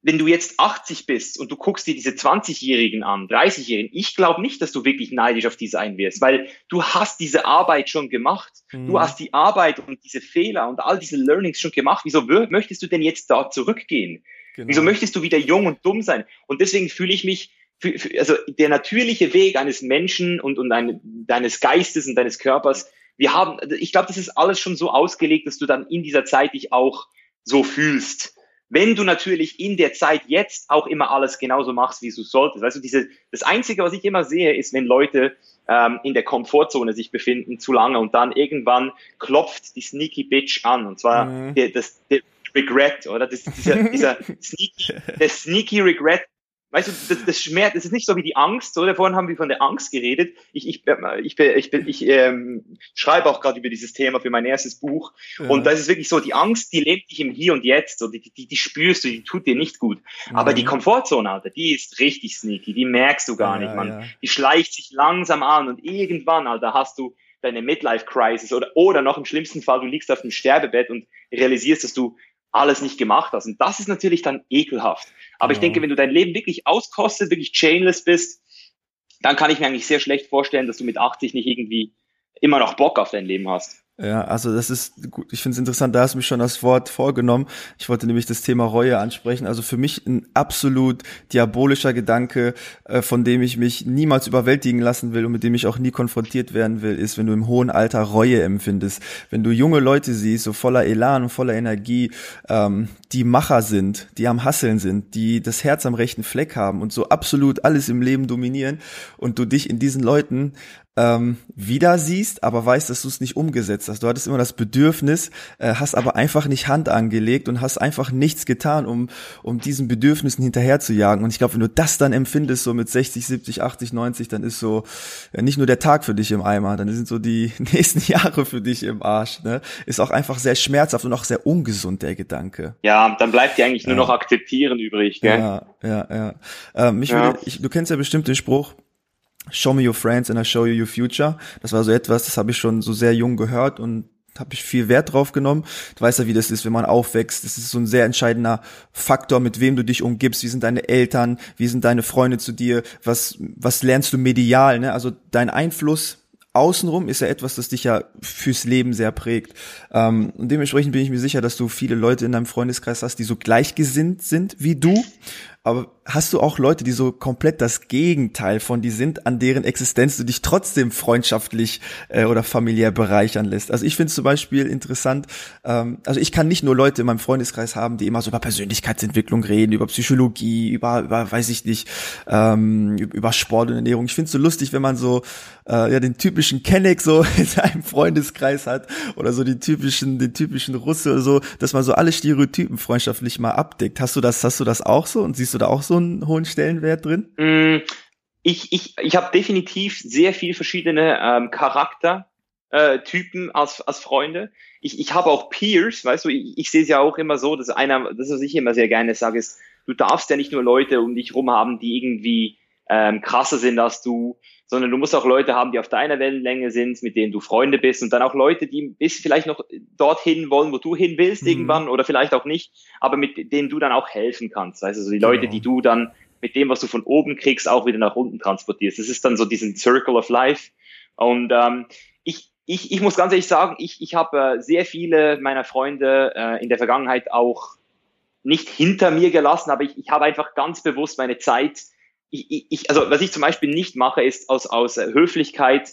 wenn du jetzt achtzig bist und du guckst dir diese zwanzigjährigen an, dreißigjährigen, ich glaube nicht, dass du wirklich neidisch auf die sein wirst, weil du hast diese Arbeit schon gemacht. Mhm. Du hast die Arbeit und diese Fehler und all diese Learnings schon gemacht. Wieso w- möchtest du denn jetzt da zurückgehen? Genau. Wieso möchtest du wieder jung und dumm sein? Und deswegen fühle ich mich, für, für, also der natürliche Weg eines Menschen und, und ein, deines Geistes und deines Körpers, wir haben, ich glaube, das ist alles schon so ausgelegt, dass du dann in dieser Zeit dich auch so fühlst. Wenn du natürlich in der Zeit jetzt auch immer alles genauso machst, wie du solltest. Weißt du, diese, das Einzige, was ich immer sehe, ist, wenn Leute ähm, in der Komfortzone sich befinden, zu lange und dann irgendwann klopft die Sneaky Bitch an. Und zwar mhm. der, das, der Regret, oder? Das, dieser, dieser Sneaky, der Sneaky Regret. Weißt du, das, das Schmerz, das ist nicht so wie die Angst, oder? Vorhin haben wir von der Angst geredet. Ich, ich, ich, ich, ich, ich ähm, schreibe auch gerade über dieses Thema für mein erstes Buch. Ja. Und das ist wirklich so, die Angst, die lebt dich im Hier und Jetzt. So, die, die, die spürst du, die tut dir nicht gut. Mhm. Aber die Komfortzone, Alter, die ist richtig sneaky. Die merkst du gar ja, nicht, man. Ja. Die schleicht sich langsam an und irgendwann, Alter, hast du deine Midlife-Crisis oder, oder noch im schlimmsten Fall, du liegst auf dem Sterbebett und realisierst, dass du alles nicht gemacht hast. Und das ist natürlich dann ekelhaft. Aber ja. ich denke, wenn du dein Leben wirklich auskostet, wirklich chainless bist, dann kann ich mir eigentlich sehr schlecht vorstellen, dass du mit achtzig nicht irgendwie immer noch Bock auf dein Leben hast. Ja, also das ist gut. Ich finde es interessant, da hast du mich schon das Wort vorgenommen. Ich wollte nämlich das Thema Reue ansprechen. Also für mich ein absolut diabolischer Gedanke, äh, von dem ich mich niemals überwältigen lassen will und mit dem ich auch nie konfrontiert werden will, ist, wenn du im hohen Alter Reue empfindest. Wenn du junge Leute siehst, so voller Elan und voller Energie, ähm, die Macher sind, die am Hasseln sind, die das Herz am rechten Fleck haben und so absolut alles im Leben dominieren und du dich in diesen Leuten ähm, wieder siehst, aber weißt, dass du es nicht umgesetzt hast. Du hattest immer das Bedürfnis, äh, hast aber einfach nicht Hand angelegt und hast einfach nichts getan, um um diesen Bedürfnissen hinterherzujagen. Und ich glaube, wenn du das dann empfindest, so mit sechzig, siebzig, achtzig, neunzig, dann ist so ja, nicht nur der Tag für dich im Eimer, dann sind so die nächsten Jahre für dich im Arsch. Ne? Ist auch einfach sehr schmerzhaft und auch sehr ungesund, der Gedanke. Ja, dann bleibt dir eigentlich nur ja. noch akzeptieren übrig. Gell? Ja, ja, ja. Ähm, mich ja. Würde, ich, du kennst ja bestimmt den Spruch, Show me your friends and I show you your future. Das war so etwas, das habe ich schon so sehr jung gehört und habe ich viel Wert drauf genommen. Du weißt ja, wie das ist, wenn man aufwächst. Das ist so ein sehr entscheidender Faktor, mit wem du dich umgibst. Wie sind deine Eltern? Wie sind deine Freunde zu dir? Was was lernst du medial? Ne? Also dein Einfluss außenrum ist ja etwas, das dich ja fürs Leben sehr prägt. Ähm, und dementsprechend bin ich mir sicher, dass du viele Leute in deinem Freundeskreis hast, die so gleichgesinnt sind wie du. Aber hast du auch Leute, die so komplett das Gegenteil von dir sind, an deren Existenz du dich trotzdem freundschaftlich äh, oder familiär bereichern lässt? Also ich finde es zum Beispiel interessant, ähm, also ich kann nicht nur Leute in meinem Freundeskreis haben, die immer so über Persönlichkeitsentwicklung reden, über Psychologie, über, über weiß ich nicht, ähm, über Sport und Ernährung. Ich finde es so lustig, wenn man so äh, ja den typischen Kenneck so in seinem Freundeskreis hat oder so den typischen, den typischen Russe oder so, dass man so alle Stereotypen freundschaftlich mal abdeckt. Hast du das, hast du das auch so und siehst du da auch so einen hohen Stellenwert drin? Ich, ich, ich habe definitiv sehr viel verschiedene ähm, Charaktertypen äh, als, als Freunde. Ich, ich habe auch Peers, weißt du, ich, ich sehe es ja auch immer so, dass einer, das was ich immer sehr gerne sage, ist, du darfst ja nicht nur Leute um dich rum haben, die irgendwie ähm, krasser sind als du, sondern du musst auch Leute haben, die auf deiner Wellenlänge sind, mit denen du Freunde bist und dann auch Leute, die bis vielleicht noch dorthin wollen, wo du hin willst mhm. irgendwann oder vielleicht auch nicht, aber mit denen du dann auch helfen kannst. Weißt du, also die Leute, genau. die du dann mit dem, was du von oben kriegst, auch wieder nach unten transportierst. Das ist dann so diesen Circle of Life. Und ähm, ich, ich, ich muss ganz ehrlich sagen, ich, ich habe äh, sehr viele meiner Freunde äh, in der Vergangenheit auch nicht hinter mir gelassen, aber ich, ich habe einfach ganz bewusst meine Zeit Ich, ich, also was ich zum Beispiel nicht mache, ist aus, aus Höflichkeit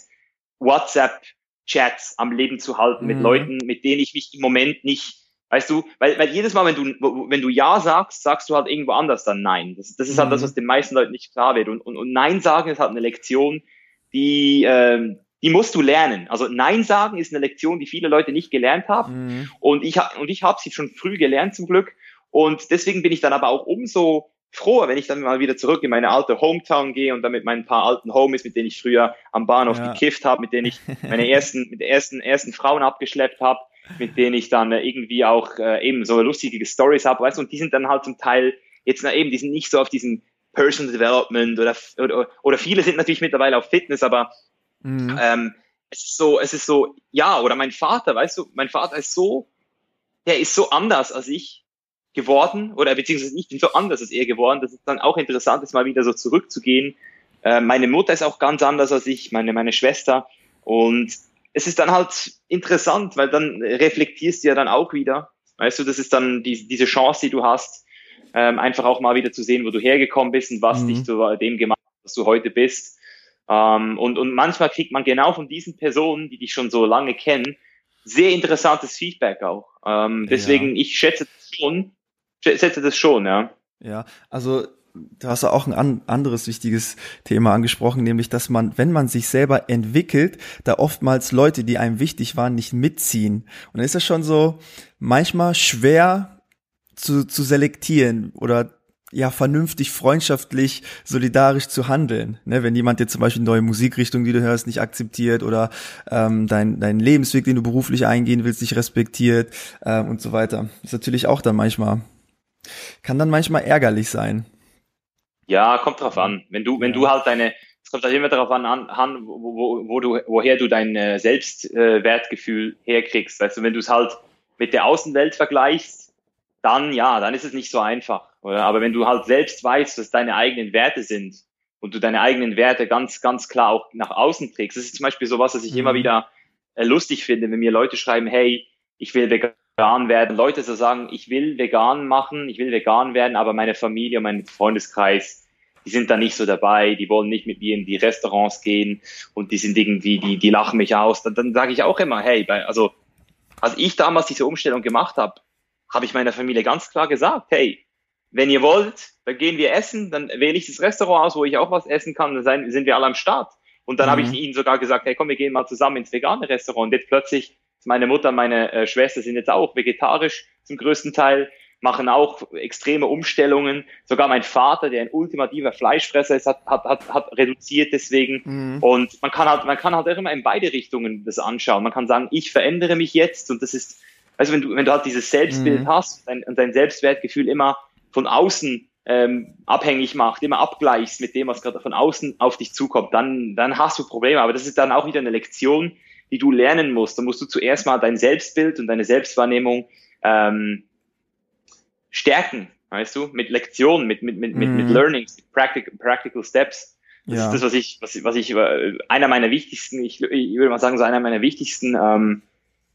WhatsApp-Chats am Leben zu halten mhm. mit Leuten, mit denen ich mich im Moment nicht, weißt du, weil, weil jedes Mal, wenn du, wenn du Ja sagst, sagst du halt irgendwo anders dann Nein. Das, das ist halt mhm. das, was den meisten Leuten nicht klar wird. Und, und, und Nein sagen ist halt eine Lektion, die, ähm, die musst du lernen. Also Nein sagen ist eine Lektion, die viele Leute nicht gelernt haben. Mhm. Und ich, und ich habe sie schon früh gelernt zum Glück. Und deswegen bin ich dann aber auch umso froher, wenn ich dann mal wieder zurück in meine alte Hometown gehe und dann mit meinen paar alten Homies, mit denen ich früher am Bahnhof ja. gekifft habe, mit denen ich meine ersten, mit den ersten, ersten Frauen abgeschleppt habe, mit denen ich dann äh, irgendwie auch äh, eben so lustige Stories habe, weißt du, und die sind dann halt zum Teil jetzt na, eben, die sind nicht so auf diesem Personal Development oder, oder, oder viele sind natürlich mittlerweile auf Fitness, aber mhm. ähm, es ist so, es ist so, ja, oder mein Vater, weißt du, mein Vater ist so, der ist so anders als ich. geworden oder beziehungsweise ich bin so anders als er geworden, dass es dann auch interessant ist, mal wieder so zurückzugehen. Äh, meine Mutter ist auch ganz anders als ich, meine, meine Schwester. Und es ist dann halt interessant, weil dann reflektierst du ja dann auch wieder. Weißt du, das ist dann die, diese Chance, die du hast, ähm, einfach auch mal wieder zu sehen, wo du hergekommen bist und was mhm. dich zu dem gemacht hat, was du heute bist. Ähm, und, und manchmal kriegt man genau von diesen Personen, die dich schon so lange kennen, sehr interessantes Feedback auch. Ähm, deswegen, ja. ich schätze das schon, schätze das schon, ja. Ja, also du hast auch ein an, anderes wichtiges Thema angesprochen, nämlich, dass man, wenn man sich selber entwickelt, da oftmals Leute, die einem wichtig waren, nicht mitziehen. Und dann ist das schon so manchmal schwer zu, zu selektieren oder ja, vernünftig, freundschaftlich, solidarisch zu handeln. Ne, wenn jemand jetzt zum Beispiel eine neue Musikrichtung, die du hörst, nicht akzeptiert oder ähm, dein, dein Lebensweg, den du beruflich eingehen willst, nicht respektiert ähm, und so weiter. Ist natürlich auch dann manchmal, kann dann manchmal ärgerlich sein. Ja, kommt drauf an. Wenn du, wenn ja. du halt deine, es kommt halt immer darauf an, an wo, wo, wo du, woher du dein äh, Selbstwertgefühl äh, herkriegst. Weißt du, wenn du es halt mit der Außenwelt vergleichst, dann ja, dann ist es nicht so einfach. Oder? Aber wenn du halt selbst weißt, was deine eigenen Werte sind und du deine eigenen Werte ganz, ganz klar auch nach außen trägst, das ist zum Beispiel sowas, was ich mhm. immer wieder äh, lustig finde, wenn mir Leute schreiben, hey, ich will vegan werden. Leute so sagen, ich will vegan machen, ich will vegan werden, aber meine Familie und mein Freundeskreis, die sind da nicht so dabei, die wollen nicht mit mir in die Restaurants gehen und die sind irgendwie, die, die lachen mich aus. Dann, dann sage ich auch immer, hey, bei, also als ich damals diese Umstellung gemacht habe, habe ich meiner Familie ganz klar gesagt, hey, wenn ihr wollt, dann gehen wir essen, dann wähle ich das Restaurant aus, wo ich auch was essen kann, dann sind wir alle am Start. Und dann mhm. habe ich ihnen sogar gesagt, hey, komm, wir gehen mal zusammen ins vegane Restaurant. Und jetzt plötzlich, meine Mutter und meine äh, Schwester sind jetzt auch vegetarisch zum größten Teil, machen auch extreme Umstellungen. Sogar mein Vater, der ein ultimativer Fleischfresser ist, hat, hat, hat, hat reduziert deswegen. Mhm. Und man kann halt, man kann halt auch immer in beide Richtungen das anschauen. Man kann sagen, ich verändere mich jetzt. Und das ist, also wenn du, wenn du halt dieses Selbstbild mhm. hast dein, und dein Selbstwertgefühl immer von außen ähm, abhängig macht, immer abgleichst mit dem, was gerade von außen auf dich zukommt, dann, dann hast du Probleme. Aber das ist dann auch wieder eine Lektion, die du lernen musst. Da musst du zuerst mal dein Selbstbild und deine Selbstwahrnehmung ähm, stärken, weißt du, mit Lektionen, mit mit mit mhm. mit, mit Learnings, mit practical, practical Steps. Das ja. ist das, was ich, was, was ich, einer meiner wichtigsten, ich, ich würde mal sagen, so einer meiner wichtigsten ähm,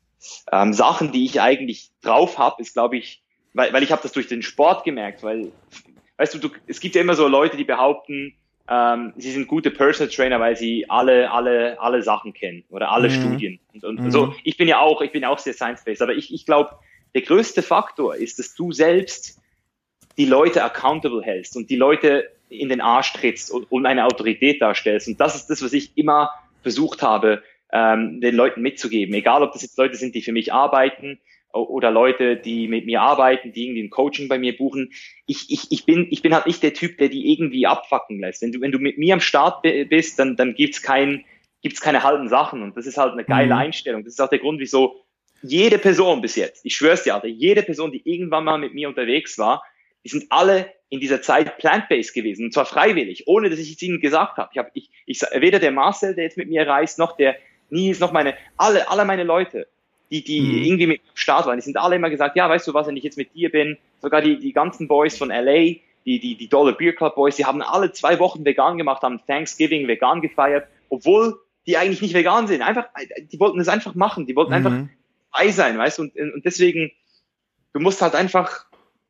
ähm, Sachen, die ich eigentlich drauf habe, ist, glaube ich, weil, weil ich habe das durch den Sport gemerkt, weil, weißt du, du, es gibt ja immer so Leute, die behaupten, ähm, sie sind gute Personal Trainer, weil sie alle, alle, alle Sachen kennen oder alle mhm. Studien. Und, und mhm. so, ich bin ja auch, ich bin auch sehr science-based, aber ich, ich glaube, der größte Faktor ist, dass du selbst die Leute accountable hältst und die Leute in den Arsch trittst und, und eine Autorität darstellst. Und das ist das, was ich immer versucht habe, ähm, den Leuten mitzugeben. Egal, ob das jetzt Leute sind, die für mich arbeiten oder Leute, die mit mir arbeiten, die irgendwie ein Coaching bei mir buchen. Ich, ich, ich bin, ich bin halt nicht der Typ, der die irgendwie abfacken lässt. Wenn du, wenn du mit mir am Start bist, dann, dann gibt's kein, gibt's keine halben Sachen. Und das ist halt eine geile mhm. Einstellung. Das ist auch der Grund, wieso jede Person bis jetzt, ich schwör's dir, Alter, jede Person, die irgendwann mal mit mir unterwegs war, die sind alle in dieser Zeit plant-based gewesen, und zwar freiwillig, ohne dass ich es ihnen gesagt habe. Ich habe, ich, ich, weder der Marcel, der jetzt mit mir reist, noch der Nils, noch meine, alle, alle meine Leute, die, die mhm. irgendwie mit am Start waren, die sind alle immer gesagt, ja, weißt du was, wenn ich jetzt mit dir bin, sogar die, die ganzen Boys von L A, die, die, die Dollar Beer Club Boys, die haben alle zwei Wochen vegan gemacht, haben Thanksgiving vegan gefeiert, obwohl die eigentlich nicht vegan sind. Einfach, die wollten das einfach machen, die wollten mhm. einfach frei sein, weißt du, und, und deswegen, du musst halt einfach,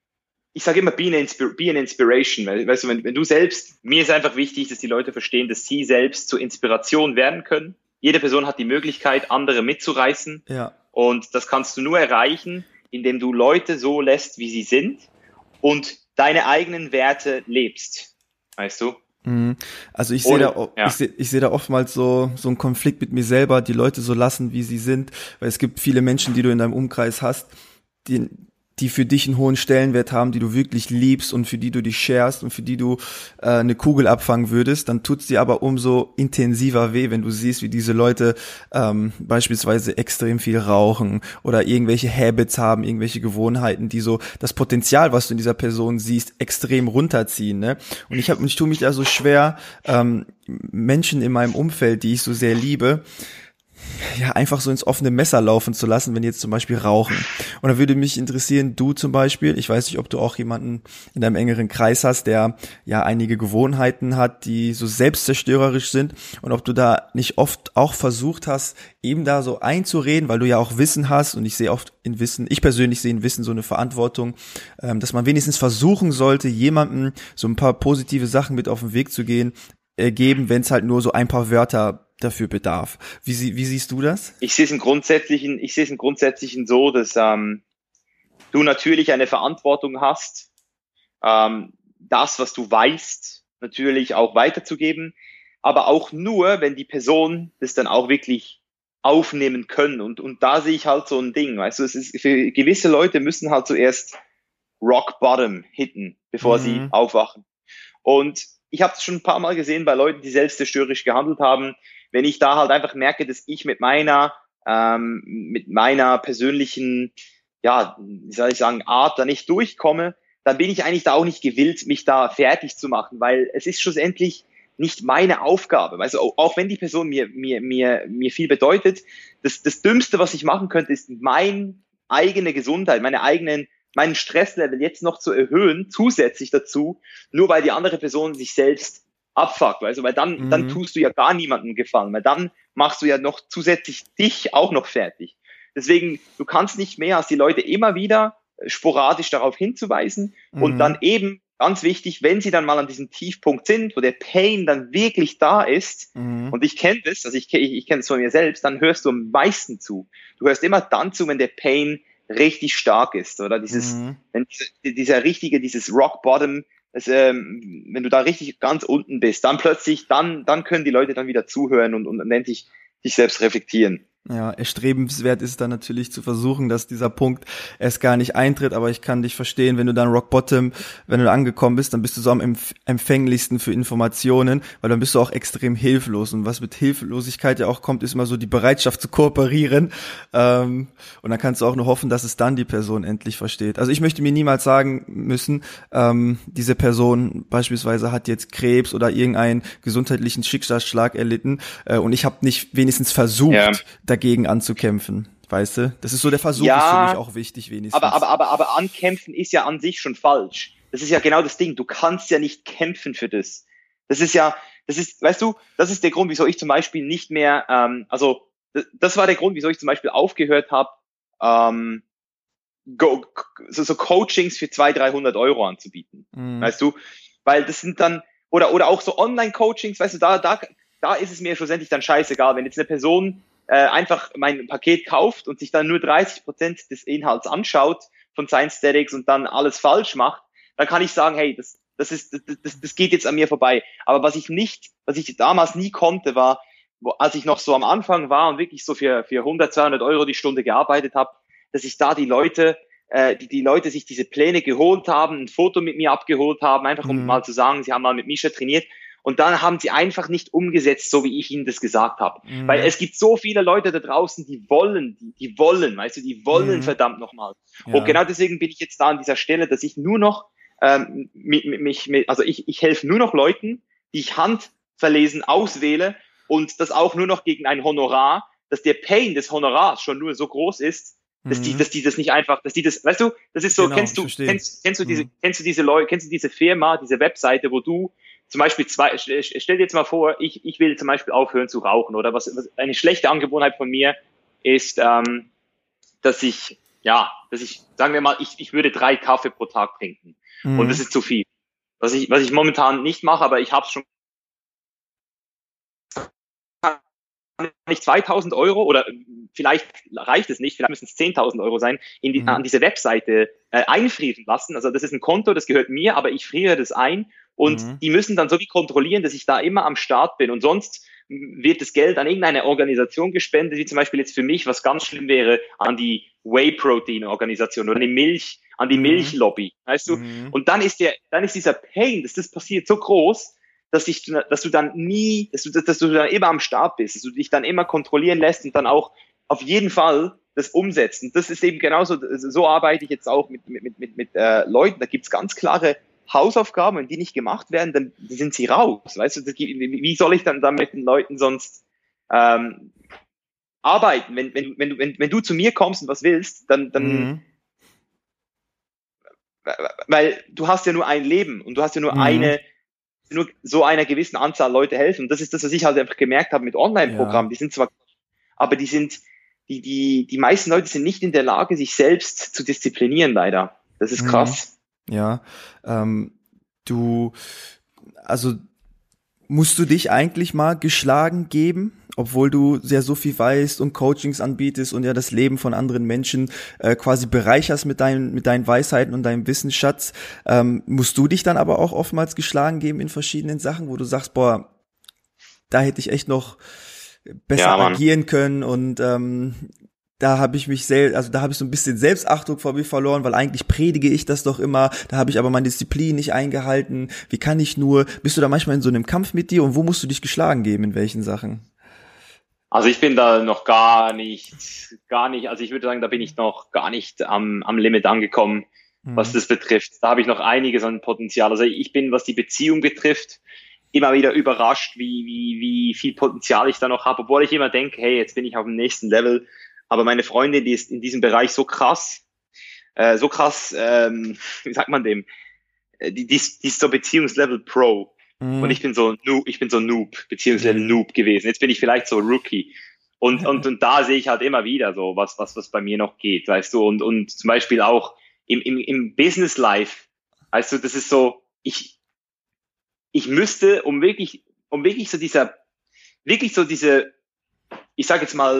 ich sage immer, be an, Inspir- be an Inspiration, weißt du, wenn, wenn du selbst, mir ist einfach wichtig, dass die Leute verstehen, dass sie selbst zur Inspiration werden können. Jede Person hat die Möglichkeit, andere mitzureißen. Ja. Und das kannst du nur erreichen, indem du Leute so lässt, wie sie sind und deine eigenen Werte lebst, weißt du? Also ich sehe da, ja. ich sehe, ich sehe da oftmals so, so einen Konflikt mit mir selber, die Leute so lassen, wie sie sind, weil es gibt viele Menschen, die du in deinem Umkreis hast, die, die für dich einen hohen Stellenwert haben, die du wirklich liebst und für die du dich sharest und für die du äh, eine Kugel abfangen würdest, dann tut's dir aber umso intensiver weh, wenn du siehst, wie diese Leute ähm, beispielsweise extrem viel rauchen oder irgendwelche Habits haben, irgendwelche Gewohnheiten, die so das Potenzial, was du in dieser Person siehst, extrem runterziehen, ne? Und ich habe, ich tue mich da so schwer, ähm, Menschen in meinem Umfeld, die ich so sehr liebe, ja, einfach so ins offene Messer laufen zu lassen, wenn die jetzt zum Beispiel rauchen. Und da würde mich interessieren, du zum Beispiel, ich weiß nicht, ob du auch jemanden in deinem engeren Kreis hast, der ja einige Gewohnheiten hat, die so selbstzerstörerisch sind, und ob du da nicht oft auch versucht hast, eben da so einzureden, weil du ja auch Wissen hast, und ich sehe oft in Wissen, ich persönlich sehe in Wissen so eine Verantwortung, ähm, dass man wenigstens versuchen sollte, jemandem so ein paar positive Sachen mit auf den Weg zu gehen, äh, geben, wenn es halt nur so ein paar Wörter dafür bedarf. Wie, sie, wie siehst du das? Ich sehe es im Grundsätzlichen, ich sehe es im Grundsätzlichen so, dass ähm, du natürlich eine Verantwortung hast, ähm, das, was du weißt, natürlich auch weiterzugeben, aber auch nur, wenn die Person das dann auch wirklich aufnehmen können. Und, und da sehe ich halt so ein Ding, weißt du, es ist, für gewisse Leute müssen halt zuerst Rock Bottom hitten, bevor mhm. sie aufwachen. Und ich habe es schon ein paar Mal gesehen bei Leuten, die selbstzerstörerisch gehandelt haben. Wenn ich da halt einfach merke, dass ich mit meiner, ähm, mit meiner persönlichen, ja, wie soll ich sagen, Art da nicht durchkomme, dann bin ich eigentlich da auch nicht gewillt, mich da fertig zu machen, weil es ist schlussendlich nicht meine Aufgabe. Also auch wenn die Person mir, mir, mir, mir viel bedeutet, das, das Dümmste, was ich machen könnte, ist meine eigene Gesundheit, meine eigenen, meinen Stresslevel jetzt noch zu erhöhen, zusätzlich dazu, nur weil die andere Person sich selbst abfuckt, weißt du, weil dann, mhm. dann tust du ja gar niemandem Gefallen, weil dann machst du ja noch zusätzlich dich auch noch fertig. Deswegen, du kannst nicht mehr als die Leute immer wieder sporadisch darauf hinzuweisen mhm. und dann eben, ganz wichtig, wenn sie dann mal an diesem Tiefpunkt sind, wo der Pain dann wirklich da ist, mhm. und ich kenne das, also ich, ich, ich kenne es von mir selbst, dann hörst du am meisten zu. Du hörst immer dann zu, wenn der Pain richtig stark ist, oder dieses, mhm. wenn dieser, dieser richtige, dieses Rock Bottom, das, ähm, wenn du da richtig ganz unten bist, dann plötzlich, dann, dann können die Leute dann wieder zuhören und, und endlich sich selbst reflektieren. Ja, erstrebenswert ist dann natürlich zu versuchen, dass dieser Punkt erst gar nicht eintritt, aber ich kann dich verstehen, wenn du dann Rock Bottom, wenn du da angekommen bist, dann bist du so am empf- empfänglichsten für Informationen, weil dann bist du auch extrem hilflos, und was mit Hilflosigkeit ja auch kommt, ist immer so die Bereitschaft zu kooperieren, ähm, und dann kannst du auch nur hoffen, dass es dann die Person endlich versteht. Also ich möchte mir niemals sagen müssen, ähm, diese Person beispielsweise hat jetzt Krebs oder irgendeinen gesundheitlichen Schicksalsschlag erlitten, äh, und ich habe nicht wenigstens versucht, ja. dagegen anzukämpfen, weißt du? Das ist so, der Versuch ja, ist für mich auch wichtig, wenigstens. Aber, aber, aber, aber ankämpfen ist ja an sich schon falsch. Das ist ja genau das Ding. Du kannst ja nicht kämpfen für das. Das ist ja, das ist, weißt du, das ist der Grund, wieso ich zum Beispiel nicht mehr, ähm, also, das, das war der Grund, wieso ich zum Beispiel aufgehört habe, ähm, go, so, so Coachings für zweihundert, dreihundert Euro anzubieten. Mhm. Weißt du? Weil das sind dann, oder, oder auch so Online-Coachings, weißt du, da, da, da ist es mir schlussendlich dann scheißegal, wenn jetzt eine Person Äh, einfach mein Paket kauft und sich dann nur dreißig Prozent des Inhalts anschaut von Science Statics und dann alles falsch macht, dann kann ich sagen, hey, das, das ist, das, das, das geht jetzt an mir vorbei. Aber was ich nicht, was ich damals nie konnte, war, wo, als ich noch so am Anfang war und wirklich so für, für hundert, zweihundert Euro die Stunde gearbeitet habe, dass ich da die Leute, äh, die, die Leute sich diese Pläne geholt haben, ein Foto mit mir abgeholt haben, einfach um mhm. mal zu sagen, sie haben mal mit Misha trainiert. Und dann haben sie einfach nicht umgesetzt, so wie ich ihnen das gesagt habe. Mhm. Weil es gibt so viele Leute da draußen, die wollen, die, die wollen, weißt du, die wollen mhm. verdammt nochmal. Ja. Und genau deswegen bin ich jetzt da an dieser Stelle, dass ich nur noch, ähm, mich, mich, mich, also ich, ich helfe nur noch Leuten, die ich handverlesen auswähle und das auch nur noch gegen ein Honorar, dass der Pain des Honorars schon nur so groß ist, dass mhm. die, dass die das nicht einfach, dass die das, weißt du, das ist so, genau, kennst du, kennst, kennst du diese, mhm. kennst du diese Leute, kennst du diese Firma, diese Webseite, wo du zum Beispiel zwei, stell dir jetzt mal vor, ich, ich will zum Beispiel aufhören zu rauchen, oder was, was eine schlechte Angewohnheit von mir ist, ähm, dass ich, ja, dass ich, sagen wir mal, ich, ich würde drei Kaffee pro Tag trinken. Mhm. Und das ist zu viel. Was ich, was ich momentan nicht mache, aber ich habe es schon, nicht zweitausend Euro oder vielleicht reicht es nicht, vielleicht müssen es zehntausend Euro sein, in die, mhm. an diese Webseite äh, einfrieren lassen. Also das ist ein Konto, das gehört mir, aber ich friere das ein und mhm. die müssen dann so wie kontrollieren, dass ich da immer am Start bin und sonst wird das Geld an irgendeine Organisation gespendet, wie zum Beispiel jetzt für mich, was ganz schlimm wäre, an die Whey-Protein-Organisation oder an die Milch, an die mhm. Milchlobby, weißt du? Mhm. Und dann ist der, dann ist dieser Pain, dass das passiert, so groß, dass ich, dass du dann nie, dass du, dass du dann immer am Start bist, dass du dich dann immer kontrollieren lässt und dann auch auf jeden Fall das umsetzt. Und das ist eben genauso, so arbeite ich jetzt auch mit, mit, mit, mit, mit äh, Leuten. Da gibt's ganz klare Hausaufgaben, wenn die nicht gemacht werden, dann sind sie raus. Weißt du, das, wie soll ich dann da mit den Leuten sonst, ähm, arbeiten. Wenn, wenn, wenn, du, wenn, wenn du zu mir kommst und was willst, dann, dann mhm. weil du hast ja nur ein Leben und du hast ja nur mhm. eine, nur so einer gewissen Anzahl Leute helfen. Und das ist das, was ich halt einfach gemerkt habe mit Online-Programmen. Ja. Die sind zwar, aber die sind, die, die, die meisten Leute sind nicht in der Lage, sich selbst zu disziplinieren, leider. Das ist krass. Ja, ähm, du, also musst du dich eigentlich mal geschlagen geben, obwohl du sehr so viel weißt und Coachings anbietest und ja das Leben von anderen Menschen äh, quasi bereicherst mit deinen mit deinen Weisheiten und deinem Wissensschatz, ähm, musst du dich dann aber auch oftmals geschlagen geben in verschiedenen Sachen, wo du sagst, boah, da hätte ich echt noch besser ja, agieren können und ähm, da habe ich mich selbst, also da habe ich so ein bisschen Selbstachtung vor mir verloren, weil eigentlich predige ich das doch immer, da habe ich aber meine Disziplin nicht eingehalten. Wie kann ich nur, bist du da manchmal in so einem Kampf mit dir und wo musst du dich geschlagen geben, in welchen Sachen? Also ich bin da noch gar nicht, gar nicht, also ich würde sagen, da bin ich noch gar nicht am, am Limit angekommen, mhm. was das betrifft. Da habe ich noch einiges an Potenzial. Also ich bin, was die Beziehung betrifft, immer wieder überrascht, wie, wie, wie viel Potenzial ich da noch habe, obwohl ich immer denke, hey, jetzt bin ich auf dem nächsten Level. Aber meine Freundin, die ist in diesem Bereich so krass, äh, so krass, ähm, wie sagt man dem, die, die, ist, die ist so Beziehungslevel Pro. Mhm. Und ich bin so Noob, ich bin so Noob, Beziehungslevel Noob gewesen. Jetzt bin ich vielleicht so Rookie. Und, und, und da sehe ich halt immer wieder so, was, was, was bei mir noch geht, weißt du. Und, und zum Beispiel auch im, im, im Business Life, weißt du, das ist so, ich, ich müsste, um wirklich, um wirklich so dieser, wirklich so diese, ich sag jetzt mal,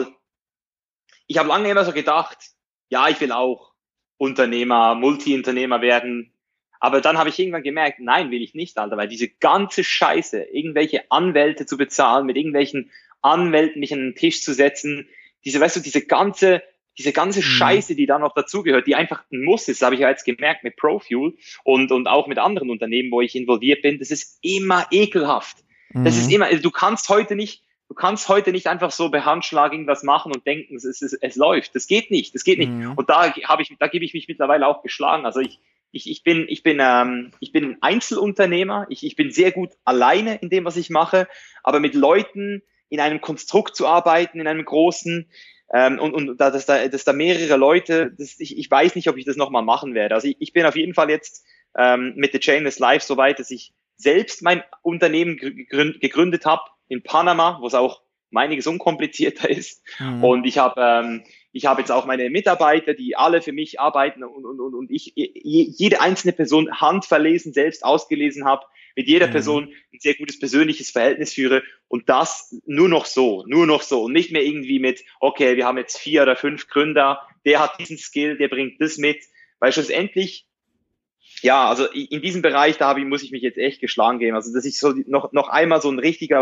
ich habe lange immer so gedacht, ja, ich will auch Unternehmer, Multi-Unternehmer werden. Aber dann habe ich irgendwann gemerkt, nein, will ich nicht, Alter, weil diese ganze Scheiße, irgendwelche Anwälte zu bezahlen, mit irgendwelchen Anwälten mich an den Tisch zu setzen, diese, weißt du, diese ganze, diese ganze Scheiße, die da noch dazugehört, die einfach ein Muss ist, das habe ich ja jetzt gemerkt mit ProFuel und, und auch mit anderen Unternehmen, wo ich involviert bin, das ist immer ekelhaft. Mhm. Das ist immer, also du kannst heute nicht, Du kannst heute nicht einfach so behandschlagen was machen und denken, es, es, es läuft. Das geht nicht. Das geht nicht. Mhm. Und da habe ich, da gebe ich mich mittlerweile auch geschlagen. Also ich, ich, ich bin, ich bin, ähm, ich bin Einzelunternehmer. Ich, ich bin sehr gut alleine in dem, was ich mache. Aber mit Leuten in einem Konstrukt zu arbeiten, in einem großen ähm, und und da, dass da, dass da mehrere Leute, das, ich, ich weiß nicht, ob ich das nochmal machen werde. Also ich, ich bin auf jeden Fall jetzt ähm, mit The Chainless Life so weit, dass ich selbst mein Unternehmen gegründet, gegründet habe in Panama, wo es auch um einiges unkomplizierter ist. Mhm. Und ich habe ähm, ich habe jetzt auch meine Mitarbeiter, die alle für mich arbeiten und und und, und ich jede einzelne Person handverlesen, selbst ausgelesen habe, mit jeder mhm. Person ein sehr gutes persönliches Verhältnis führe und das nur noch so, nur noch so und nicht mehr irgendwie mit, okay, wir haben jetzt vier oder fünf Gründer, der hat diesen Skill, der bringt das mit, weil schlussendlich ja, also in diesem Bereich, da habe ich, muss ich mich jetzt echt geschlagen geben. Also, dass ich so noch, noch einmal so ein richtiger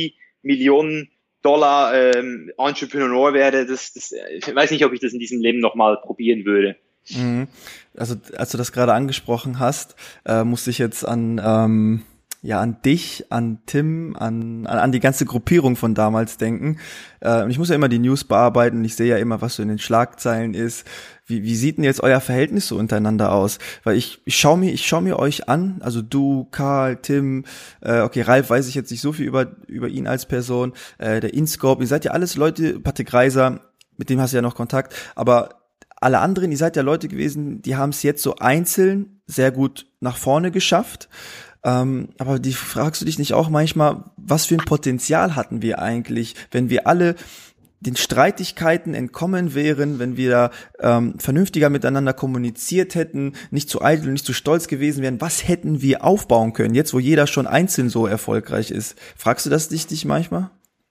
Multi-Millionen-Dollar ähm, Entrepreneur werde, das, das, ich weiß nicht, ob ich das in diesem Leben nochmal probieren würde. Mhm. Also, als du das gerade angesprochen hast, äh, musste ich jetzt an, ähm, ja, an dich, an Tim, an, an, an die ganze Gruppierung von damals denken. Äh, und ich muss ja immer die News bearbeiten und ich sehe ja immer, was so in den Schlagzeilen ist. Wie, wie sieht denn jetzt euer Verhältnis so untereinander aus? Weil ich, ich schaue mir, ich schaue mir euch an, also du, Karl, Tim, äh, okay, Ralf weiß ich jetzt nicht so viel über, über ihn als Person, äh, der InScope, ihr seid ja alles Leute, Patrick Reiser, mit dem hast du ja noch Kontakt, aber alle anderen, ihr seid ja Leute gewesen, die haben es jetzt so einzeln sehr gut nach vorne geschafft. Ähm, aber die fragst du dich nicht auch manchmal, was für ein Potenzial hatten wir eigentlich, wenn wir alle den Streitigkeiten entkommen wären, wenn wir ähm, vernünftiger miteinander kommuniziert hätten, nicht zu eitel, nicht zu stolz gewesen wären, was hätten wir aufbauen können, jetzt wo jeder schon einzeln so erfolgreich ist? Fragst du das dich, dich manchmal?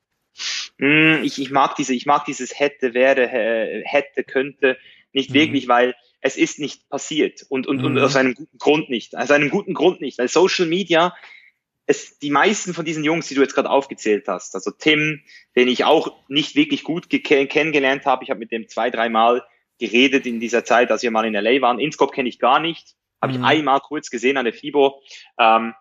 Ich, ich mag diese, ich mag dieses hätte, wäre, hätte, könnte nicht mhm. wirklich, weil es ist nicht passiert und, und, mhm. und aus einem guten Grund nicht, aus einem guten Grund nicht, weil Social Media, es, die meisten von diesen Jungs, die du jetzt gerade aufgezählt hast, also Tim, den ich auch nicht wirklich gut ge- kennengelernt habe, ich habe mit dem zwei, dreimal geredet in dieser Zeit, als wir mal in L A waren. InScope kenne ich gar nicht, habe mhm. ich einmal kurz gesehen an der FIBO. Ähm,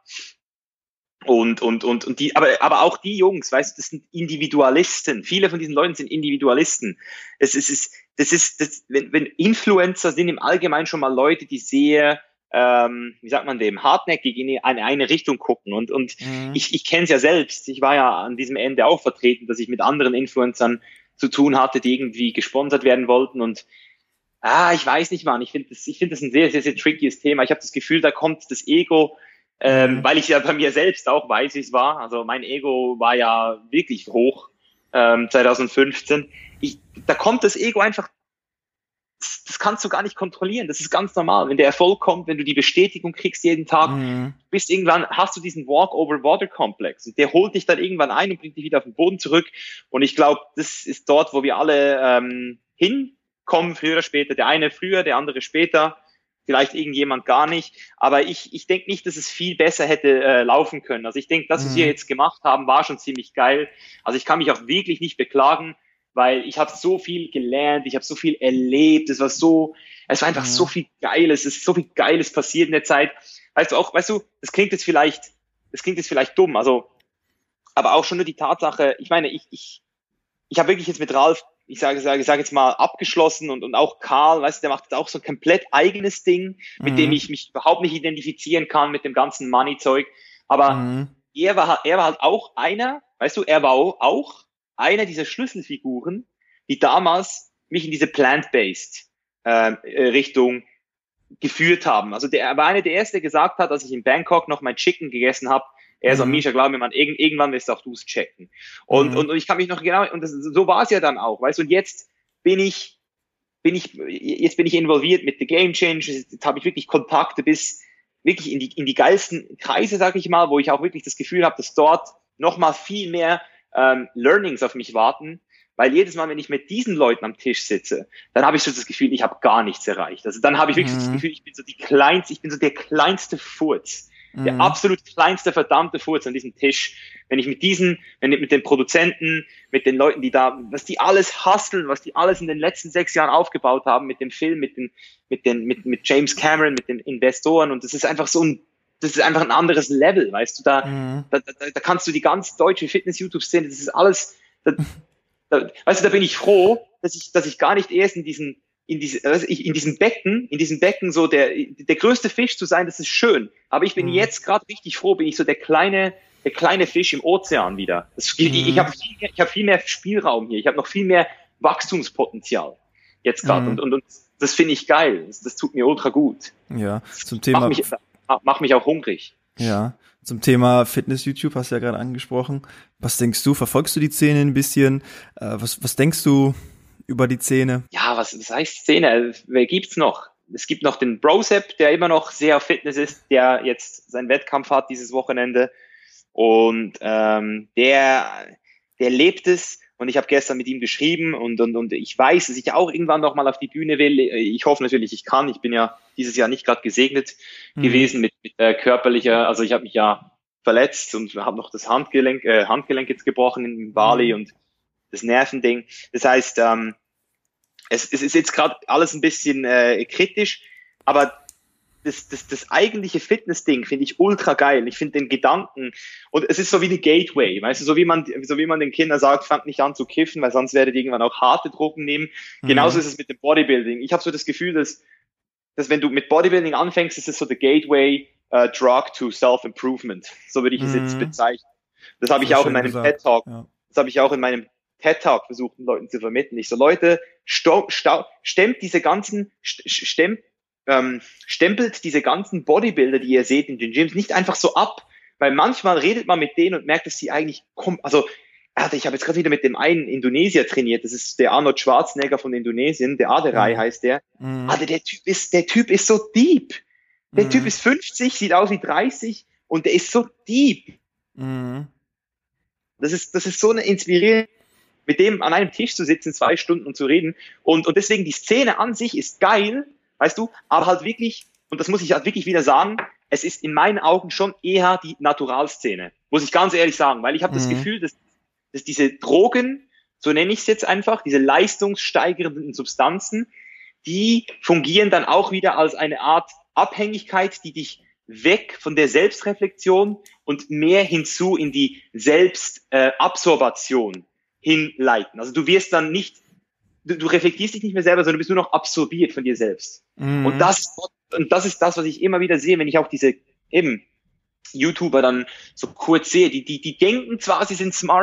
und und und und die, aber aber auch die Jungs, weißt du, das sind Individualisten. Viele von diesen Leuten sind Individualisten. Es ist, es ist das ist das, wenn, wenn Influencer sind im Allgemeinen schon mal Leute, die sehr ähm, wie sagt man dem, hartnäckig in eine, eine Richtung gucken. Und, und mhm. ich, ich kenne es ja selbst. Ich war ja an diesem Ende auch vertreten, dass ich mit anderen Influencern zu tun hatte, die irgendwie gesponsert werden wollten und ah, ich weiß nicht, Mann, ich finde das, ich finde das ein sehr, sehr, sehr trickys Thema. Ich habe das Gefühl, da kommt das Ego, ähm, mhm. weil ich ja bei mir selbst auch weiß, wie es war. Also mein Ego war ja wirklich hoch ähm, zwanzig fünfzehn. Ich, da kommt das Ego einfach, das, das kannst du gar nicht kontrollieren. Das ist ganz normal. Wenn der Erfolg kommt, wenn du die Bestätigung kriegst jeden Tag, mhm. bist irgendwann, hast du diesen Walk-over-Water-Komplex. Und der holt dich dann irgendwann ein und bringt dich wieder auf den Boden zurück. Und ich glaube, das ist dort, wo wir alle ähm, hin kommen, früher oder später, der eine früher, der andere später, vielleicht irgendjemand gar nicht, aber ich ich denke nicht, dass es viel besser hätte äh, laufen können. Also ich denke, das, was mhm. wir jetzt gemacht haben, war schon ziemlich geil. Also ich kann mich auch wirklich nicht beklagen, weil ich habe so viel gelernt, ich habe so viel erlebt, es war so, es war einfach mhm. so viel Geiles, es ist so viel Geiles passiert in der Zeit. Weißt du auch, weißt du, das klingt jetzt vielleicht, das klingt jetzt vielleicht dumm, also, aber auch schon nur die Tatsache, ich meine, ich ich ich habe wirklich jetzt mit Ralf ich sage, sage, sage jetzt mal, abgeschlossen und, und auch Karl, weißt du, der macht jetzt auch so ein komplett eigenes Ding, mit mhm. dem ich mich überhaupt nicht identifizieren kann, mit dem ganzen Money-Zeug. Aber mhm. er war, er war halt auch einer, weißt du, er war auch einer dieser Schlüsselfiguren, die damals mich in diese Plant-Based äh, Richtung geführt haben. Also der, er war einer der Ersten, der gesagt hat, als ich in Bangkok noch mein Chicken gegessen habe, er so, mhm. Misha, glaub mir, man, irgend, irgendwann wirst auch du es checken. Und, mhm. und, und ich kann mich noch genau, und das, so war es ja dann auch, weißt du, und jetzt bin ich, bin ich, jetzt bin ich involviert mit The Game Change, jetzt habe ich wirklich Kontakte bis wirklich in die, in die geilsten Kreise, sag ich mal, wo ich auch wirklich das Gefühl habe, dass dort nochmal viel mehr ähm, Learnings auf mich warten, weil jedes Mal, wenn ich mit diesen Leuten am Tisch sitze, dann habe ich so das Gefühl, ich habe gar nichts erreicht. Also dann habe ich wirklich mhm. so das Gefühl, ich bin so die kleinste, ich bin so der kleinste Furz. Der mhm. absolut kleinste verdammte Furz an diesem Tisch. Wenn ich mit diesen, wenn ich mit den Produzenten, mit den Leuten, die da, was die alles hustlen, was die alles in den letzten sechs Jahren aufgebaut haben, mit dem Film, mit den, mit den, mit, mit James Cameron, mit den Investoren, und das ist einfach so ein, das ist einfach ein anderes Level, weißt du, da, mhm. da, da, da kannst du die ganz deutsche Fitness-YouTube-Szene, das ist alles, da, da, weißt du, da bin ich froh, dass ich, dass ich gar nicht erst in diesen, in diese, also ich, in diesem Becken, in diesem Becken so der, der größte Fisch zu sein, das ist schön. Aber ich bin mhm. jetzt gerade richtig froh, bin ich so der kleine, der kleine Fisch im Ozean wieder. Das, mhm. Ich, ich habe viel, mehr- ich hab viel mehr Spielraum hier. Ich habe noch viel mehr Wachstumspotenzial jetzt gerade. Mhm. Und, und, und das finde ich geil. Das, das tut mir ultra gut. Ja, zum Thema. Mach mich, mach mich auch hungrig. Ja, zum Thema Fitness-YouTube hast du ja gerade angesprochen. Was denkst du? Verfolgst du die Szene ein bisschen? Äh, was, was denkst du über die Szene? Ja, was, was heißt Szene? Wer gibt's noch? Es gibt noch den Brosep, der immer noch sehr auf Fitness ist, der jetzt seinen Wettkampf hat dieses Wochenende. Und ähm, der, der lebt es. Und ich habe gestern mit ihm geschrieben und, und, und ich weiß, dass ich auch irgendwann noch mal auf die Bühne will. Ich hoffe natürlich, ich kann. Ich bin ja dieses Jahr nicht gerade gesegnet mhm. gewesen mit, mit äh, körperlicher, also ich habe mich ja verletzt und habe noch das Handgelenk, äh, Handgelenk jetzt gebrochen in Bali mhm. und das Nervending. Das heißt, ähm, es, es ist jetzt gerade alles ein bisschen äh, kritisch, aber das, das, das eigentliche Fitness-Ding finde ich ultra geil. Ich finde den Gedanken, und es ist so wie eine Gateway, weißt du, so wie man, so wie man den Kindern sagt, fangt nicht an zu kiffen, weil sonst werdet ihr irgendwann auch harte Drogen nehmen. Mhm. Genauso ist es mit dem Bodybuilding. Ich habe so das Gefühl, dass, dass wenn du mit Bodybuilding anfängst, ist es so the Gateway uh, drug to self-improvement. So würde ich es mhm. jetzt bezeichnen. Das habe ich auch in meinem TED-Talk, ja. das habe ich auch in meinem TED-Talk versucht, den Leuten zu vermitteln. Ich so, Leute, sto, sto, stemmt diese ganzen, stemmt, ähm, stempelt diese ganzen Bodybuilder, die ihr seht in den Gyms, nicht einfach so ab, weil manchmal redet man mit denen und merkt, dass sie eigentlich, kommen, also, also ich habe jetzt gerade wieder mit dem einen Indonesier trainiert, das ist der Arnold Schwarzenegger von Indonesien, der Aderei mhm. heißt der. Mhm. Also der Typ ist, der Typ ist so deep. Der mhm. Typ ist fünfzig, sieht aus wie dreißig und der ist so deep. Mhm. Das ist, das ist so eine inspirierende, mit dem an einem Tisch zu sitzen, zwei Stunden und zu reden. Und, und deswegen die Szene an sich ist geil, weißt du, aber halt wirklich, und das muss ich halt wirklich wieder sagen, es ist in meinen Augen schon eher die Naturalszene, muss ich ganz ehrlich sagen, weil ich habe mhm. das Gefühl, dass, dass diese Drogen, so nenne ich es jetzt einfach, diese leistungssteigernden Substanzen, die fungieren dann auch wieder als eine Art Abhängigkeit, die dich weg von der Selbstreflexion und mehr hinzu in die Selbstabsorbation äh, hinleiten. Also du wirst dann nicht, du, du reflektierst dich nicht mehr selber, sondern du bist nur noch absorbiert von dir selbst. Mhm. Und das, und das ist das, was ich immer wieder sehe, wenn ich auch diese eben YouTuber dann so kurz sehe. Die, die, die denken zwar, sie sind smart,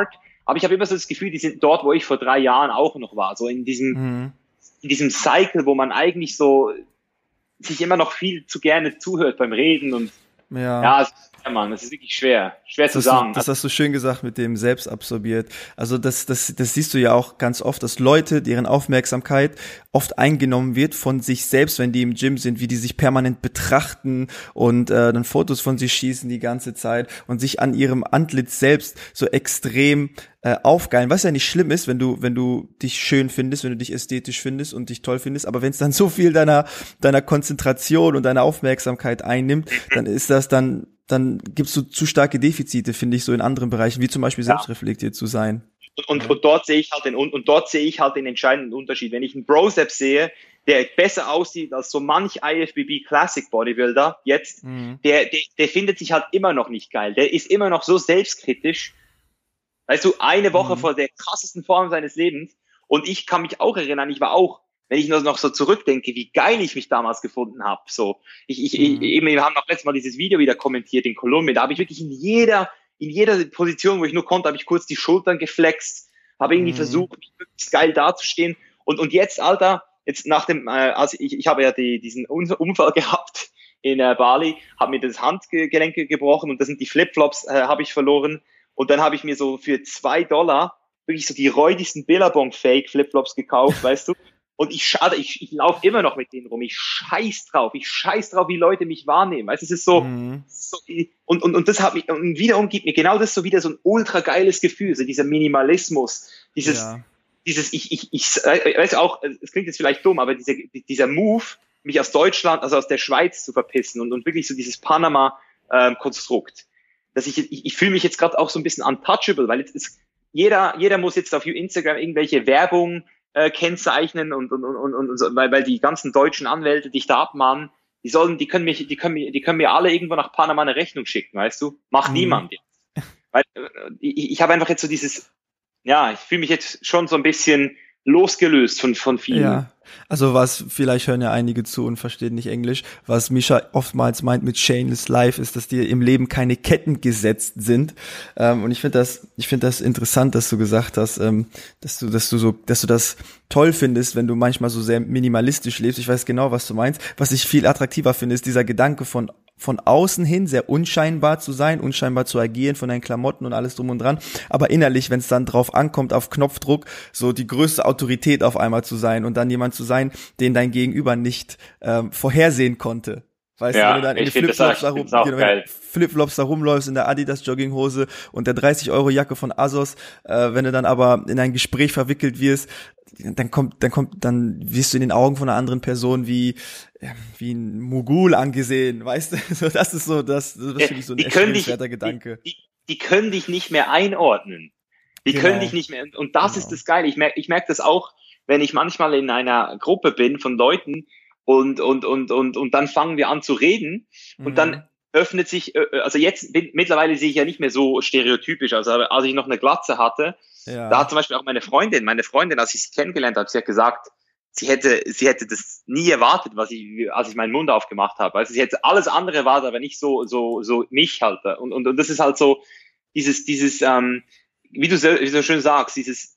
aber ich habe immer so das Gefühl, die sind dort, wo ich vor drei Jahren auch noch war, so in diesem, mhm. in diesem Cycle, wo man eigentlich so sich immer noch viel zu gerne zuhört beim Reden und ja, ja, ja Mann, das ist wirklich schwer, schwer das zu sagen. Du, das hast du schön gesagt mit dem selbstabsorbiert. Also das, das, das siehst du ja auch ganz oft, dass Leute, deren Aufmerksamkeit oft eingenommen wird von sich selbst, wenn die im Gym sind, wie die sich permanent betrachten und äh, dann Fotos von sich schießen die ganze Zeit und sich an ihrem Antlitz selbst so extrem äh, aufgeilen, was ja nicht schlimm ist, wenn du wenn du dich schön findest, wenn du dich ästhetisch findest und dich toll findest, aber wenn es dann so viel deiner deiner Konzentration und deiner Aufmerksamkeit einnimmt, dann ist das dann dann gibst du zu starke Defizite, finde ich, so in anderen Bereichen, wie zum Beispiel ja. selbstreflektiert zu sein. Und, und, und dort sehe ich halt den und, und dort sehe ich halt den entscheidenden Unterschied. Wenn ich einen Brosep sehe, der besser aussieht als so manch I F B B Classic Bodybuilder jetzt, mhm. der, der, der findet sich halt immer noch nicht geil. Der ist immer noch so selbstkritisch. Weißt du, eine Woche mhm. vor der krassesten Form seines Lebens. Und ich kann mich auch erinnern, ich war auch, wenn ich nur noch so zurückdenke, wie geil ich mich damals gefunden habe. So, ich, ich, mhm. ich, eben, wir haben auch letztes Mal dieses Video wieder kommentiert in Kolumbien. Da habe ich wirklich in jeder, in jeder Position, wo ich nur konnte, habe ich kurz die Schultern geflext, habe irgendwie mhm. versucht, mich wirklich geil dazustehen. Und, und jetzt, Alter, jetzt nach dem, äh, also ich, ich habe ja die, diesen Unfall gehabt in äh, Bali, habe mir das Handgelenk gebrochen und das sind die Flipflops, äh, habe ich verloren. Und dann habe ich mir so für zwei Dollar wirklich so die räudigsten Billabong-Fake-Flipflops gekauft, weißt du? Und ich schade, ich, ich laufe immer noch mit denen rum. Ich scheiß drauf. Ich scheiß drauf, wie Leute mich wahrnehmen. Weißt du, es ist so, mhm. so und, und, und das hat mich, und wiederum gibt mir genau das so wieder so ein ultra geiles Gefühl, so dieser Minimalismus, dieses, ja. dieses, ich, ich, ich, weiß auch, es klingt jetzt vielleicht dumm, aber dieser, dieser Move, mich aus Deutschland, also aus der Schweiz zu verpissen und, und wirklich so dieses Panama-Konstrukt, dass ich, ich, ich fühle mich jetzt gerade auch so ein bisschen untouchable, weil jetzt ist, jeder, jeder muss jetzt auf Instagram irgendwelche Werbung äh, kennzeichnen und, und, und, und, und so, weil, weil die ganzen deutschen Anwälte dich da abmahnen, die sollen, die können mich, die können mir, die können mir alle irgendwo nach Panama eine Rechnung schicken, weißt du? Macht mhm. niemand jetzt. Weil, äh, ich, ich habe einfach jetzt so dieses, ja, ich fühle mich jetzt schon so ein bisschen losgelöst von, von vielen. Ja, also was, vielleicht hören ja einige zu und verstehen nicht Englisch, was Mischa oftmals meint mit Chainless Life ist, dass dir im Leben keine Ketten gesetzt sind. Ähm, und ich finde das, ich finde das interessant, dass du gesagt hast, ähm, dass du, dass du so, dass du das toll findest, wenn du manchmal so sehr minimalistisch lebst. Ich weiß genau, was du meinst. Was ich viel attraktiver finde, ist dieser Gedanke von von außen hin sehr unscheinbar zu sein, unscheinbar zu agieren, von deinen Klamotten und alles drum und dran, aber innerlich, wenn es dann drauf ankommt, auf Knopfdruck, so die größte Autorität auf einmal zu sein und dann jemand zu sein, den dein Gegenüber nicht ähm, vorhersehen konnte. Weißt ja, du, wenn du dann in Flipflops da, rum, genau, Flipflops da rumläufst, in der Adidas Jogginghose und der dreißig Euro Jacke von Asos, äh, wenn du dann aber in ein Gespräch verwickelt wirst, dann kommt, dann kommt, dann wirst du in den Augen von einer anderen Person wie, wie ein Mogul angesehen, weißt du? So, das ist so, das, das ist finde ich so ein erstrebenswerter Gedanke. Die, die, die können dich nicht mehr einordnen. Die genau. können dich nicht mehr, und das genau. ist das Geile. Ich merke, ich merke das auch, wenn ich manchmal in einer Gruppe bin von Leuten, Und, und, und, und, und dann fangen wir an zu reden und mhm. dann öffnet sich, also jetzt, mittlerweile sehe ich ja nicht mehr so stereotypisch, also als ich noch eine Glatze hatte, ja. da hat zum Beispiel auch meine Freundin, meine Freundin, als ich sie kennengelernt habe, sie hat gesagt, sie hätte, sie hätte das nie erwartet, was ich, als ich meinen Mund aufgemacht habe. Also sie hätte alles andere erwartet, aber nicht so, so, so mich halt. Und, und, und das ist halt so, dieses, dieses, ähm, wie du so, wie so schön sagst, dieses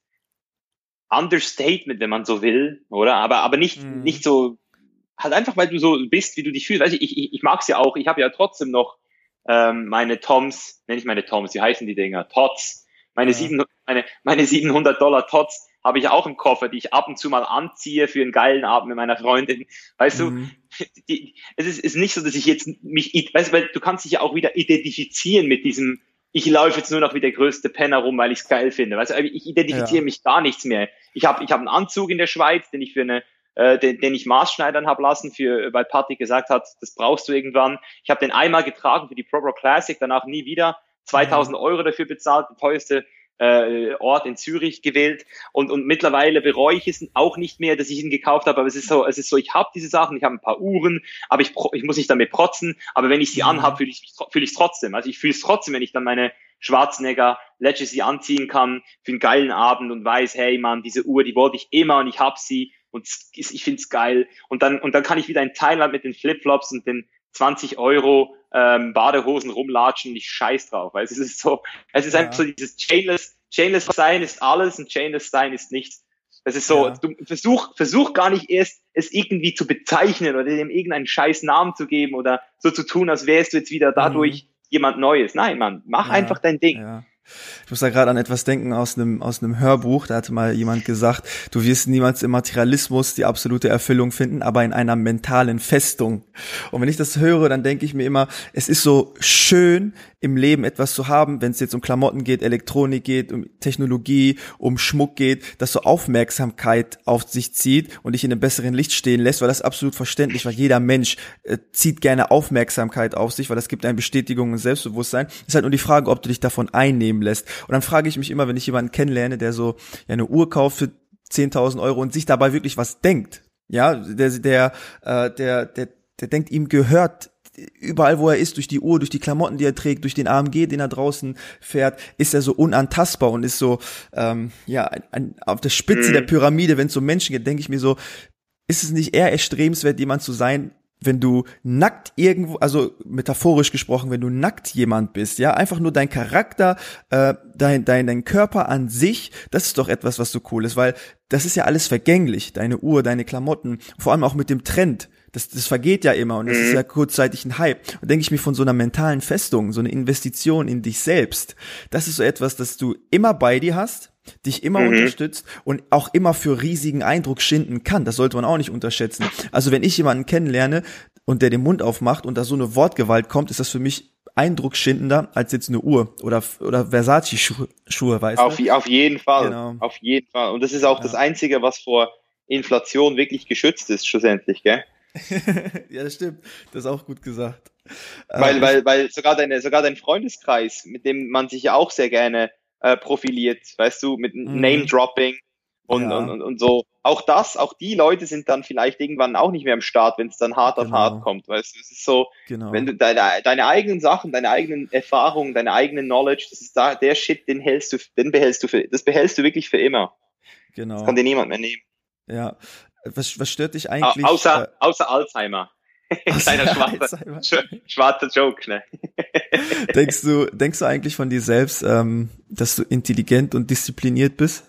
Understatement, wenn man so will, oder? Aber, aber nicht, mhm. nicht so, halt einfach, weil du so bist, wie du dich fühlst. Weißt du, ich, ich, ich mag's ja auch. Ich habe ja trotzdem noch ähm, meine Toms, nenne ich meine Toms, wie heißen die Dinger? Tots. Meine, ja. sieben, meine, meine siebenhundert Dollar Tots habe ich auch im Koffer, die ich ab und zu mal anziehe für einen geilen Abend mit meiner Freundin. Weißt mhm. du, die, es ist, ist nicht so, dass ich jetzt mich, weißt du, weil du kannst dich ja auch wieder identifizieren mit diesem, ich laufe jetzt nur noch wie der größte Penner rum, weil ich es geil finde. Weißt du, ich identifiziere ja. mich gar nichts mehr. Ich habe ich hab einen Anzug in der Schweiz, den ich für eine Äh, den, den ich maßschneidern habe lassen, für, weil Patrick gesagt hat, das brauchst du irgendwann. Ich habe den einmal getragen für die Pro Pro Classic, danach nie wieder. zweitausend Euro dafür bezahlt, der teuerste äh, Ort in Zürich gewählt. Und, und mittlerweile bereue ich es auch nicht mehr, dass ich ihn gekauft habe. Aber es ist so, es ist so, ich habe diese Sachen, ich habe ein paar Uhren, aber ich, ich muss nicht damit protzen. Aber wenn ich sie anhabe, fühle ich es fühl trotzdem. Also ich fühle es trotzdem, wenn ich dann meine Schwarzenegger Legacy anziehen kann für einen geilen Abend und weiß, hey Mann, diese Uhr, die wollte ich immer und ich hab sie. Und ich find's geil. Und dann, und dann kann ich wieder in Thailand mit den Flipflops und den zwanzig Euro ähm, Badehosen rumlatschen und ich scheiß drauf. Weil es ist so, es ist ja. einfach so dieses Chainless, chainless sein ist alles und chainless sein ist nichts. Das ist so, ja. du versuch, versuch gar nicht erst, es irgendwie zu bezeichnen oder dem irgendeinen scheiß Namen zu geben oder so zu tun, als wärst du jetzt wieder dadurch mhm. jemand Neues. Nein, Mann, mach ja. einfach dein Ding. Ja. Ich muss da gerade an etwas denken aus einem aus einem Hörbuch, da hatte mal jemand gesagt, du wirst niemals im Materialismus die absolute Erfüllung finden, aber in einer mentalen Festung. Und wenn ich das höre, dann denke ich mir immer, es ist so schön, im Leben etwas zu haben, wenn es jetzt um Klamotten geht, Elektronik geht, um Technologie, um Schmuck geht, das so Aufmerksamkeit auf sich zieht und dich in einem besseren Licht stehen lässt, weil das ist absolut verständlich, weil jeder Mensch äh, zieht gerne Aufmerksamkeit auf sich, weil das gibt eine Bestätigung und Selbstbewusstsein. Es ist halt nur die Frage, ob du dich davon einnehmen lässt. Und dann frage ich mich immer, wenn ich jemanden kennenlerne, der so ja, eine Uhr kauft für zehntausend Euro und sich dabei wirklich was denkt, ja, der, der, äh, der, der, der denkt, ihm gehört überall, wo er ist, durch die Uhr, durch die Klamotten, die er trägt, durch den A M G, den er draußen fährt, ist er so unantastbar und ist so, ähm, ja, an, auf der Spitze mhm. der Pyramide, wenn es um Menschen geht, denke ich mir so, ist es nicht eher erstrebenswert, jemand zu sein, wenn du nackt irgendwo, also metaphorisch gesprochen, wenn du nackt jemand bist, ja, einfach nur dein Charakter, äh, dein, dein, dein Körper an sich, das ist doch etwas, was so cool ist, weil das ist ja alles vergänglich, deine Uhr, deine Klamotten, vor allem auch mit dem Trend. Das, das vergeht ja immer und das mhm. ist ja kurzzeitig ein Hype. Und denke ich mir von so einer mentalen Festung, so eine Investition in dich selbst, das ist so etwas, das du immer bei dir hast, dich immer mhm. unterstützt und auch immer für riesigen Eindruck schinden kann. Das sollte man auch nicht unterschätzen. Also wenn ich jemanden kennenlerne und der den Mund aufmacht und da so eine Wortgewalt kommt, ist das für mich eindrucksschindender als jetzt eine Uhr oder oder Versace-Schuhe, Schuhe, weißt auf, du? Auf jeden Fall, genau. auf jeden Fall. Und das ist auch ja. das Einzige, was vor Inflation wirklich geschützt ist, schlussendlich, gell? Ja, das stimmt. Das ist auch gut gesagt. Weil, ähm, weil, weil sogar deine, sogar dein Freundeskreis, mit dem man sich ja auch sehr gerne äh, profiliert, weißt du, mit mhm. Name-Dropping und, ja. und, und, und so. Auch das, auch die Leute sind dann vielleicht irgendwann auch nicht mehr am Start, wenn es dann hart genau. auf hart kommt, weißt du. Es ist so, genau. wenn du deine, deine eigenen Sachen, deine eigenen Erfahrungen, deine eigenen Knowledge, das ist da, der Shit, den hältst du, den behältst du für, das behältst du wirklich für immer. Genau. Das kann dir niemand mehr nehmen. Ja. Was, was stört dich eigentlich? Außer, äh, außer Alzheimer. Kleiner schwarzer, schwarzer Joke, ne? Denkst du, denkst du eigentlich von dir selbst, ähm, dass du intelligent und diszipliniert bist?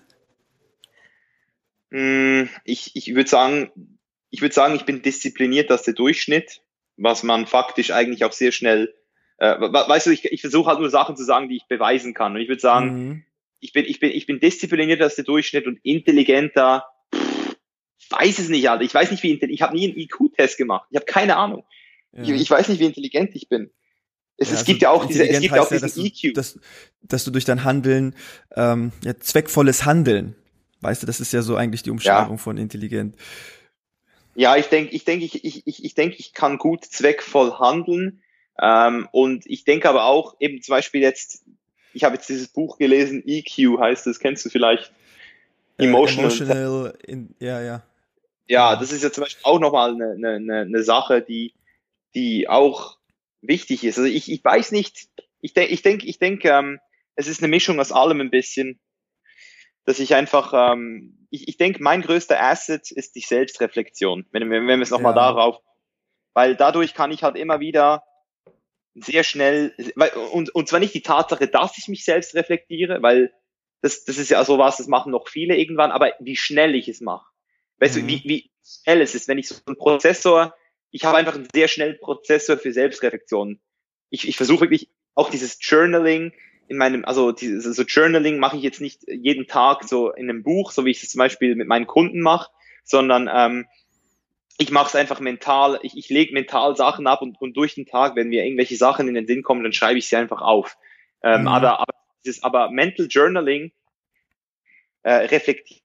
Mm, ich, ich würde sagen, ich würde sagen, ich bin disziplinierter als der Durchschnitt, was man faktisch eigentlich auch sehr schnell, äh, weißt du, ich, ich versuche halt nur Sachen zu sagen, die ich beweisen kann. Und ich würde sagen, mhm. ich bin, ich bin, ich bin disziplinierter als der Durchschnitt und intelligenter. Weiß es nicht, Alter. Ich weiß nicht, wie intelligent. Ich habe nie einen I Q-Test gemacht. Ich habe keine Ahnung. Ja. Ich, ich weiß nicht, wie intelligent ich bin. Es, ja, es also gibt ja auch diese, es gibt ja auch diesen ja, dass E Q. Du, dass, dass du durch dein Handeln, ähm, ja, zweckvolles Handeln, weißt du, das ist ja so eigentlich die Umschreibung ja. von intelligent. Ja, ich denke, ich denke, ich, ich, ich, ich denke, ich kann gut zweckvoll handeln. Ähm, und ich denke aber auch, eben zum Beispiel jetzt, ich habe jetzt dieses Buch gelesen, E Q heißt das, kennst du vielleicht? Emotional. Äh, emotional in, ja, ja. Ja, das ist ja zum Beispiel auch nochmal eine, eine, eine Sache, die, die auch wichtig ist. Also ich, ich weiß nicht, ich denke, ich denke, ich denke, ähm, es ist eine Mischung aus allem ein bisschen, dass ich einfach, ähm, ich, ich denke, mein größter Asset ist die Selbstreflexion, wenn, wenn, wenn wir es nochmal ja. darauf, weil dadurch kann ich halt immer wieder sehr schnell, weil, und, und zwar nicht die Tatsache, dass ich mich selbst reflektiere, weil das, das ist ja so was, das machen noch viele irgendwann, aber wie schnell ich es mache. Weißt mhm. du, wie, wie schnell es ist, wenn ich so einen Prozessor, ich habe einfach einen sehr schnellen Prozessor für Selbstreflexion. Ich, ich versuche wirklich auch dieses Journaling in meinem, also dieses, so Journaling mache ich jetzt nicht jeden Tag so in einem Buch, so wie ich es zum Beispiel mit meinen Kunden mache, sondern ähm, ich mache es einfach mental, ich, ich lege mental Sachen ab und, und durch den Tag, wenn mir irgendwelche Sachen in den Sinn kommen, dann schreibe ich sie einfach auf. Ähm, mhm. aber, aber, dieses, aber Mental Journaling äh, reflektiert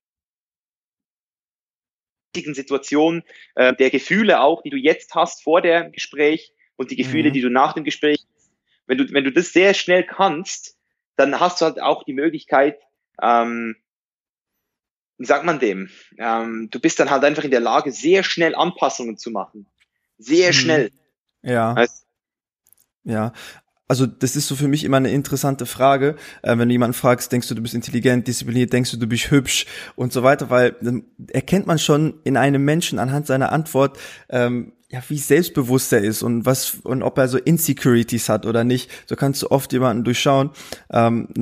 Situation äh, der Gefühle auch, die du jetzt hast vor dem Gespräch und die Gefühle, mhm. die du nach dem Gespräch, wenn du wenn du das sehr schnell kannst, dann hast du halt auch die Möglichkeit, ähm, wie sagt man dem, ähm, du bist dann halt einfach in der Lage, sehr schnell Anpassungen zu machen, sehr mhm. schnell. Ja. Weißt? Ja. Also das ist so für mich immer eine interessante Frage, äh, wenn du jemanden fragst, denkst du, du bist intelligent, diszipliniert, denkst du, du bist hübsch und so weiter, weil dann erkennt man schon in einem Menschen anhand seiner Antwort, ähm, ja, wie selbstbewusst er ist und was und ob er so Insecurities hat oder nicht. So kannst du oft jemanden durchschauen. Ähm, und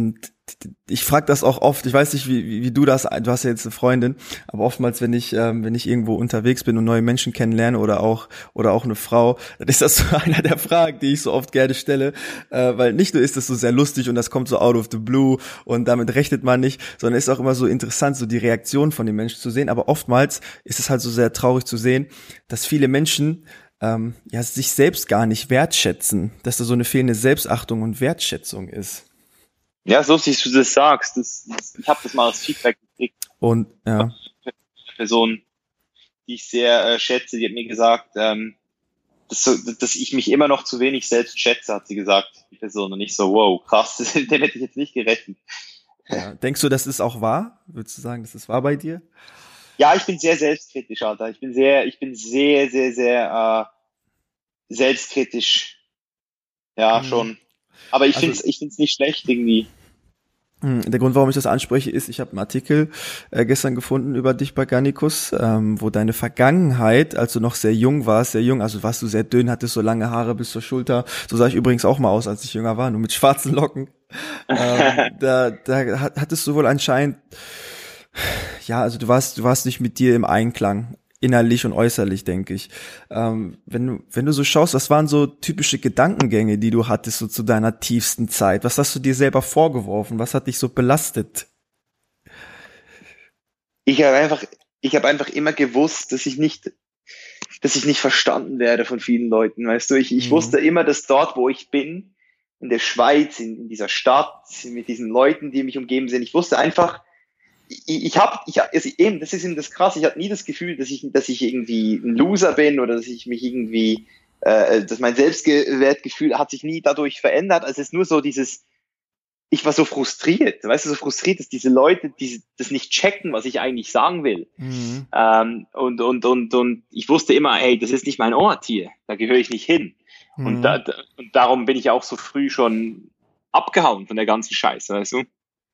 ich frage das auch oft, ich weiß nicht, wie, wie, wie du das, du hast ja jetzt eine Freundin, aber oftmals, wenn ich, ähm, wenn ich irgendwo unterwegs bin und neue Menschen kennenlerne oder auch, oder auch eine Frau, dann ist das so einer der Fragen, die ich so oft gerne stelle, äh, weil nicht nur ist das so sehr lustig und das kommt so out of the blue und damit rechnet man nicht, sondern ist auch immer so interessant, so die Reaktion von den Menschen zu sehen, aber oftmals ist es halt so sehr traurig zu sehen, dass viele Menschen ähm, ja sich selbst gar nicht wertschätzen, dass da so eine fehlende Selbstachtung und Wertschätzung ist. Ja, so wie du das sagst, das, das, ich habe das mal als Feedback gekriegt. Und ja. Eine Person, die ich sehr äh, schätze, die hat mir gesagt, ähm, dass, so, dass ich mich immer noch zu wenig selbst schätze, hat sie gesagt, die Person. Und ich so, wow, krass, dem hätte ich jetzt nicht gerechnet. Ja. Denkst du, das ist auch wahr? Würdest du sagen, das ist wahr bei dir? Ja, ich bin sehr selbstkritisch, Alter. Ich bin sehr, ich bin sehr, sehr, sehr äh, selbstkritisch. Ja, mhm. schon. Aber ich also, finde es ich find's nicht schlecht irgendwie. Der Grund, warum ich das anspreche, ist, ich habe einen Artikel äh, gestern gefunden über dich bei Gannikus, ähm, wo deine Vergangenheit, als du noch sehr jung warst, sehr jung, also warst du sehr dünn, hattest so lange Haare bis zur Schulter, so sah ich übrigens auch mal aus, als ich jünger war, nur mit schwarzen Locken. ähm, da, da hattest du wohl anscheinend, ja, also du warst, du warst nicht mit dir im Einklang. Innerlich und äußerlich, denke ich. Ähm, wenn du, wenn du so schaust, was waren so typische Gedankengänge, die du hattest so zu deiner tiefsten Zeit? Was hast du dir selber vorgeworfen? Was hat dich so belastet? Ich habe einfach, ich habe einfach immer gewusst, dass ich nicht, dass ich nicht verstanden werde von vielen Leuten. Weißt du, ich, ich mhm. wusste immer, dass dort, wo ich bin, in der Schweiz, in, in dieser Stadt, mit diesen Leuten, die mich umgeben sind, ich wusste einfach, Ich, ich habe, ich, also eben, das ist eben das Krasse, ich hatte nie das Gefühl, dass ich, dass ich irgendwie ein Loser bin oder dass ich mich irgendwie, äh, dass mein Selbstwertgefühl hat sich nie dadurch verändert. Also es ist nur so dieses, ich war so frustriert, weißt du, so frustriert, dass diese Leute, die das nicht checken, was ich eigentlich sagen will. Mhm. Ähm, und, und, und, und ich wusste immer, hey, das ist nicht mein Ort hier, da gehöre ich nicht hin. Mhm. Und, da, und darum bin ich auch so früh schon abgehauen von der ganzen Scheiße, weißt du.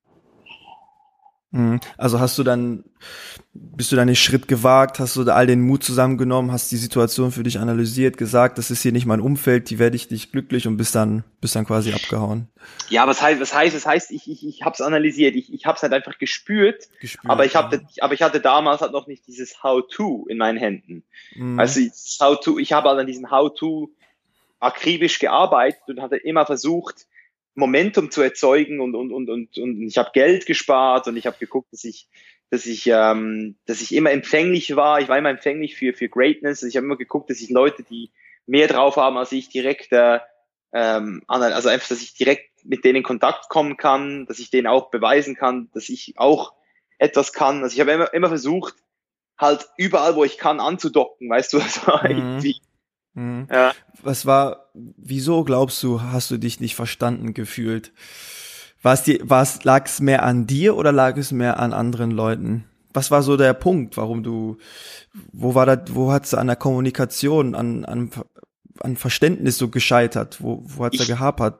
Also hast du dann, bist du dann den Schritt gewagt, hast du da all den Mut zusammengenommen, hast die Situation für dich analysiert, gesagt, das ist hier nicht mein Umfeld, die werde ich nicht glücklich und bist dann, bist dann quasi abgehauen. Ja, was heißt, was heißt, das heißt, ich, ich, ich hab's analysiert, ich, ich hab's halt einfach gespürt, gespürt aber ich hatte, ja. aber ich hatte damals halt noch nicht dieses How-to in meinen Händen. Mhm. Also, How-to, ich habe halt an diesem How-to akribisch gearbeitet und hatte immer versucht, Momentum zu erzeugen und und und und und ich habe Geld gespart und ich habe geguckt, dass ich dass ich ähm, dass ich immer empfänglich war. Ich war immer empfänglich für für Greatness. Ich habe immer geguckt, dass ich Leute, die mehr drauf haben als ich, direkt äh, ähm, also einfach, dass ich direkt mit denen in Kontakt kommen kann, dass ich denen auch beweisen kann, dass ich auch etwas kann. Also ich habe immer immer versucht, halt überall, wo ich kann, anzudocken, weißt du, das war mhm. irgendwie. Mhm. Ja. Was war, wieso glaubst du, hast du dich nicht verstanden gefühlt? War es dir, war es, lag es mehr an dir oder lag es mehr an anderen Leuten? Was war so der Punkt, warum du, wo war da, wo hat's an der Kommunikation, an, an, an Verständnis so gescheitert? Wo, wo hat's da gehapert?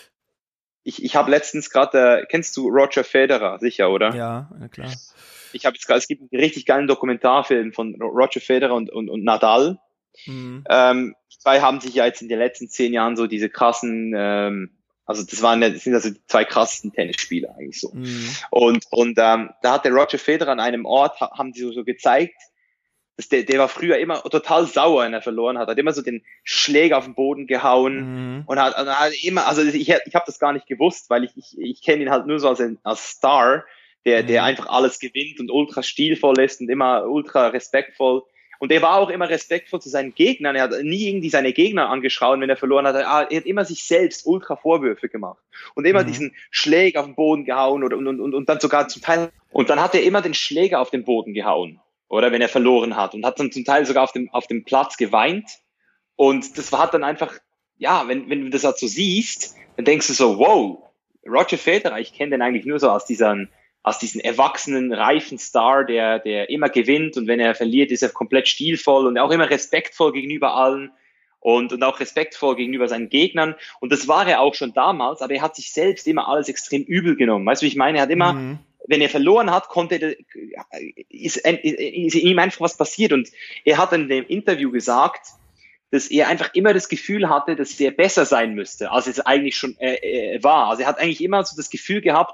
Ich, ich habe letztens gerade, äh, kennst du Roger Federer, sicher, oder? Ja, ja klar. Ich habe jetzt gerade, es gibt einen richtig geilen Dokumentarfilm von Roger Federer und, und, und Nadal. Mhm. Ähm, die zwei haben sich ja jetzt in den letzten zehn Jahren so diese krassen, ähm, also das waren, das sind also die zwei krassesten Tennisspieler eigentlich so. Mhm. Und und ähm, da hat der Roger Federer an einem Ort, haben die so, so gezeigt, dass der, der war früher immer total sauer, wenn er verloren hat, hat immer so den Schläger auf den Boden gehauen mhm. und hat, und hat immer, also ich, ich habe das gar nicht gewusst, weil ich ich, ich kenne ihn halt nur so als, ein, als Star, der mhm. der einfach alles gewinnt und ultra stilvoll ist und immer ultra respektvoll. Und er war auch immer respektvoll zu seinen Gegnern. Er hat nie irgendwie seine Gegner angeschaut, wenn er verloren hat. Er hat immer sich selbst ultra Vorwürfe gemacht. Und immer mhm. diesen Schläger auf den Boden gehauen oder, und, und, und dann sogar zum Teil. Und dann hat er immer den Schläger auf den Boden gehauen. Oder wenn er verloren hat. Und hat dann zum Teil sogar auf dem, auf dem Platz geweint. Und das hat dann einfach, ja, wenn, wenn du das halt so siehst, dann denkst du so, wow, Roger Federer, ich kenne den eigentlich nur so aus diesen, aus diesen erwachsenen, reifen Star, der, der immer gewinnt und wenn er verliert, ist er komplett stilvoll und auch immer respektvoll gegenüber allen und, und auch respektvoll gegenüber seinen Gegnern. Und das war er auch schon damals, aber er hat sich selbst immer alles extrem übel genommen. Weißt du, wie ich meine? Er hat immer, mhm. wenn er verloren hat, konnte er, ist, ist ihm einfach was passiert. Und er hat in dem Interview gesagt, dass er einfach immer das Gefühl hatte, dass er besser sein müsste, als es eigentlich schon äh, war. Also er hat eigentlich immer so das Gefühl gehabt,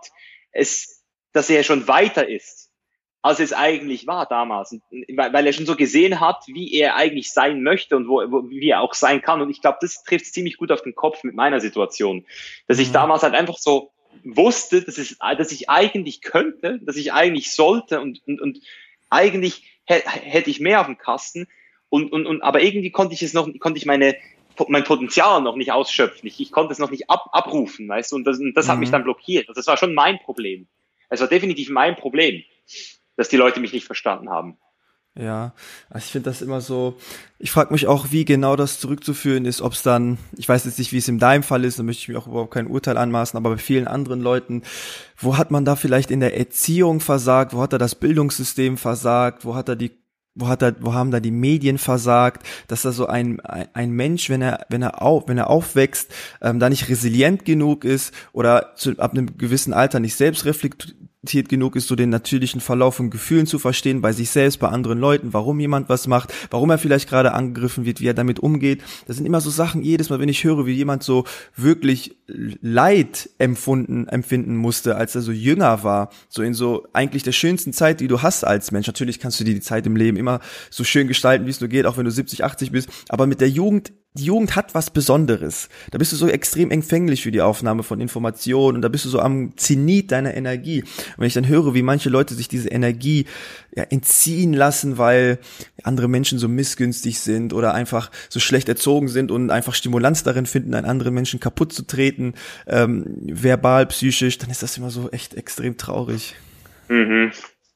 es, dass er schon weiter ist, als es eigentlich war damals. Und, weil er schon so gesehen hat, wie er eigentlich sein möchte und wo, wo, wie er auch sein kann. Und ich glaube, das trifft ziemlich gut auf den Kopf mit meiner Situation. Dass ich damals halt einfach so wusste, dass, es, dass ich eigentlich könnte, dass ich eigentlich sollte und, und, und eigentlich hätte ich mehr auf dem Kasten. Und, und, und, aber irgendwie konnte ich es noch, konnte ich meine, mein Potenzial noch nicht ausschöpfen. Ich, ich konnte es noch nicht ab, abrufen, weißt du, und das, und das mhm. hat mich dann blockiert. Also das war schon mein Problem. Es war definitiv mein Problem, dass die Leute mich nicht verstanden haben. Ja, also ich finde das immer so, ich frage mich auch, wie genau das zurückzuführen ist, ob es dann, ich weiß jetzt nicht, wie es in deinem Fall ist, da möchte ich mir auch überhaupt kein Urteil anmaßen, aber bei vielen anderen Leuten, wo hat man da vielleicht in der Erziehung versagt, wo hat da das Bildungssystem versagt, wo hat da die Wo hat er, wo haben da die Medien versagt, dass da so ein, ein, ein Mensch, wenn er, wenn er auf, wenn er aufwächst, ähm, da nicht resilient genug ist oder zu, ab einem gewissen Alter nicht selbst reflektiert genug ist, so den natürlichen Verlauf von Gefühlen zu verstehen, bei sich selbst, bei anderen Leuten, warum jemand was macht, warum er vielleicht gerade angegriffen wird, wie er damit umgeht. Das sind immer so Sachen, jedes Mal, wenn ich höre, wie jemand so wirklich Leid empfunden, empfinden musste, als er so jünger war, so in so eigentlich der schönsten Zeit, die du hast als Mensch. Natürlich kannst du dir die Zeit im Leben immer so schön gestalten, wie es nur geht, auch wenn du siebzig, achtzig bist, aber mit der Jugend, die Jugend hat was Besonderes. Da bist du so extrem empfänglich für die Aufnahme von Informationen und da bist du so am Zenit deiner Energie. Und wenn ich dann höre, wie manche Leute sich diese Energie ja, entziehen lassen, weil andere Menschen so missgünstig sind oder einfach so schlecht erzogen sind und einfach Stimulanz darin finden, einen anderen Menschen kaputt zu treten, ähm, verbal, psychisch, dann ist das immer so echt extrem traurig. Mhm.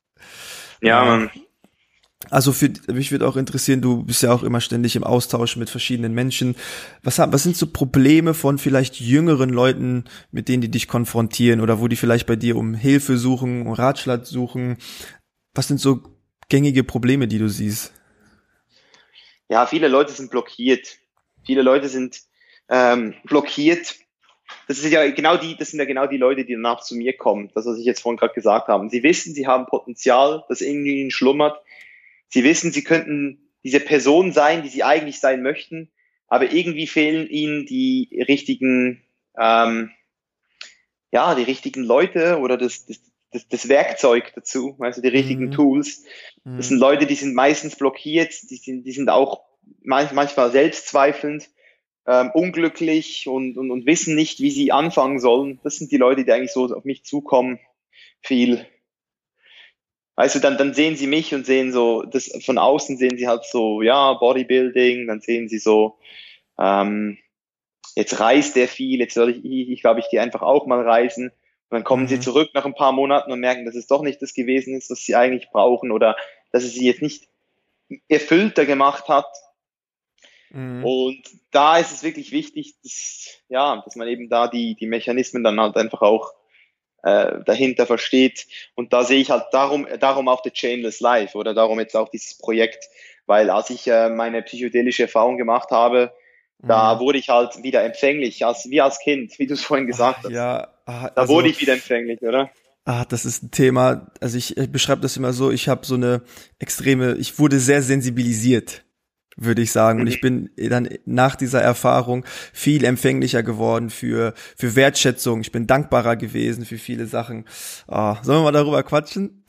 Ja, Mann. Also für mich würde auch interessieren, du bist ja auch immer ständig im Austausch mit verschiedenen Menschen. Was, was sind so Probleme von vielleicht jüngeren Leuten, mit denen die dich konfrontieren oder wo die vielleicht bei dir um Hilfe suchen, um Ratschlag suchen? Was sind so gängige Probleme, die du siehst? Ja, viele Leute sind blockiert. Viele Leute sind ähm, blockiert. Das ist ja genau die, das sind ja genau die Leute, die danach zu mir kommen. Das, was ich jetzt vorhin gerade gesagt habe. Sie wissen, sie haben Potenzial, das irgendwie ihnen schlummert. Sie wissen, sie könnten diese Person sein, die sie eigentlich sein möchten, aber irgendwie fehlen ihnen die richtigen, ähm, ja, die richtigen Leute oder das, das, das, das Werkzeug dazu, also die richtigen mhm. Tools. Das mhm. sind Leute, die sind meistens blockiert, die sind, die sind auch manchmal selbstzweifelnd, ähm, unglücklich und, und, und wissen nicht, wie sie anfangen sollen. Das sind die Leute, die eigentlich so auf mich zukommen, viel. Weißt du, dann, dann sehen sie mich und sehen so, das von außen sehen sie halt so, ja, Bodybuilding, dann sehen sie so, ähm, jetzt reist der viel, jetzt soll ich, ich, ich glaube, ich gehe einfach auch mal reisen. Und dann kommen mhm. sie zurück nach ein paar Monaten und merken, dass es doch nicht das gewesen ist, was sie eigentlich brauchen oder dass es sie jetzt nicht erfüllter gemacht hat. Mhm. Und da ist es wirklich wichtig, dass, ja, dass man eben da die, die Mechanismen dann halt einfach auch Äh, dahinter versteht. Und da sehe ich halt darum, darum auch The Chainless Life oder darum jetzt auch dieses Projekt, weil als ich äh, meine psychedelische Erfahrung gemacht habe, mhm. da wurde ich halt wieder empfänglich, als, wie als Kind, wie du es vorhin gesagt Ach, hast. Ja, ah, da also, wurde ich wieder empfänglich, oder? Ah, das ist ein Thema, also ich, ich beschreibe das immer so, ich habe so eine extreme, ich wurde sehr sensibilisiert, würde ich sagen. Und ich bin dann nach dieser Erfahrung viel empfänglicher geworden für für Wertschätzung. Ich bin dankbarer gewesen für viele Sachen. Oh, sollen wir mal darüber quatschen?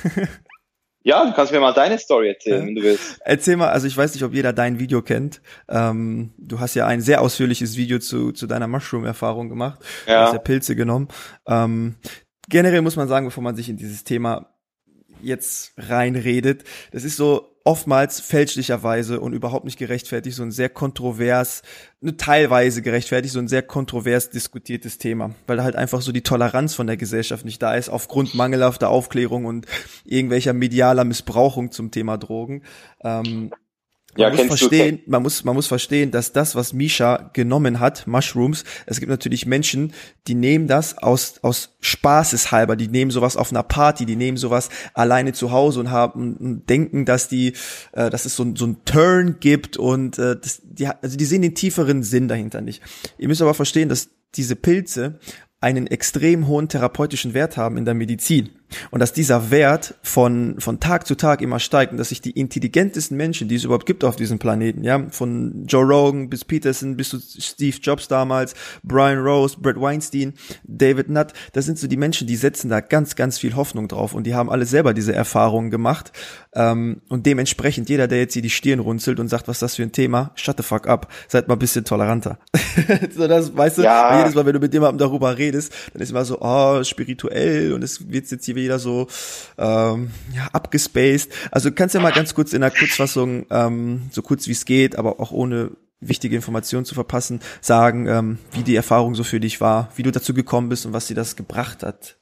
Ja, du kannst mir mal deine Story erzählen, ja. wenn du willst. Erzähl mal, also ich weiß nicht, ob jeder dein Video kennt. Ähm, du hast ja ein sehr ausführliches Video zu zu deiner Mushroom-Erfahrung gemacht. Ja. Du hast ja Pilze genommen. Ähm, generell muss man sagen, bevor man sich in dieses Thema jetzt reinredet, das ist so oftmals fälschlicherweise und überhaupt nicht gerechtfertigt, so ein sehr kontrovers, nur teilweise gerechtfertigt, so ein sehr kontrovers diskutiertes Thema, weil da halt einfach so die Toleranz von der Gesellschaft nicht da ist, aufgrund mangelhafter Aufklärung und irgendwelcher medialer Missbrauchung zum Thema Drogen. Ähm, Man, ja, muss verstehen, man muss, man muss verstehen, dass das, was Misha genommen hat, Mushrooms, es gibt natürlich Menschen, die nehmen das aus, aus Spaßeshalber, die nehmen sowas auf einer Party, die nehmen sowas alleine zu Hause und haben, und denken, dass die, äh, dass es so, so ein Turn gibt und, äh, das, die, also die sehen den tieferen Sinn dahinter nicht. Ihr müsst aber verstehen, dass diese Pilze einen extrem hohen therapeutischen Wert haben in der Medizin. Und dass dieser Wert von von Tag zu Tag immer steigt und dass sich die intelligentesten Menschen, die es überhaupt gibt auf diesem Planeten, ja, von Joe Rogan bis Peterson bis zu Steve Jobs damals, Brian Rose, Brett Weinstein, David Nutt, das sind so die Menschen, die setzen da ganz, ganz viel Hoffnung drauf und die haben alle selber diese Erfahrungen gemacht. Ähm, und dementsprechend, jeder, der jetzt hier die Stirn runzelt und sagt, was ist das für ein Thema, shut the fuck up, seid mal ein bisschen toleranter. So, das, weißt du, ja. jedes Mal, wenn du mit jemandem darüber redest, dann ist immer so, oh, spirituell und es wird jetzt hier wieder so ähm, ja, abgespaced. Also du kannst ja mal ganz kurz in der Kurzfassung, ähm, so kurz wie es geht, aber auch ohne wichtige Informationen zu verpassen, sagen, ähm, wie die Erfahrung so für dich war, wie du dazu gekommen bist und was dir das gebracht hat.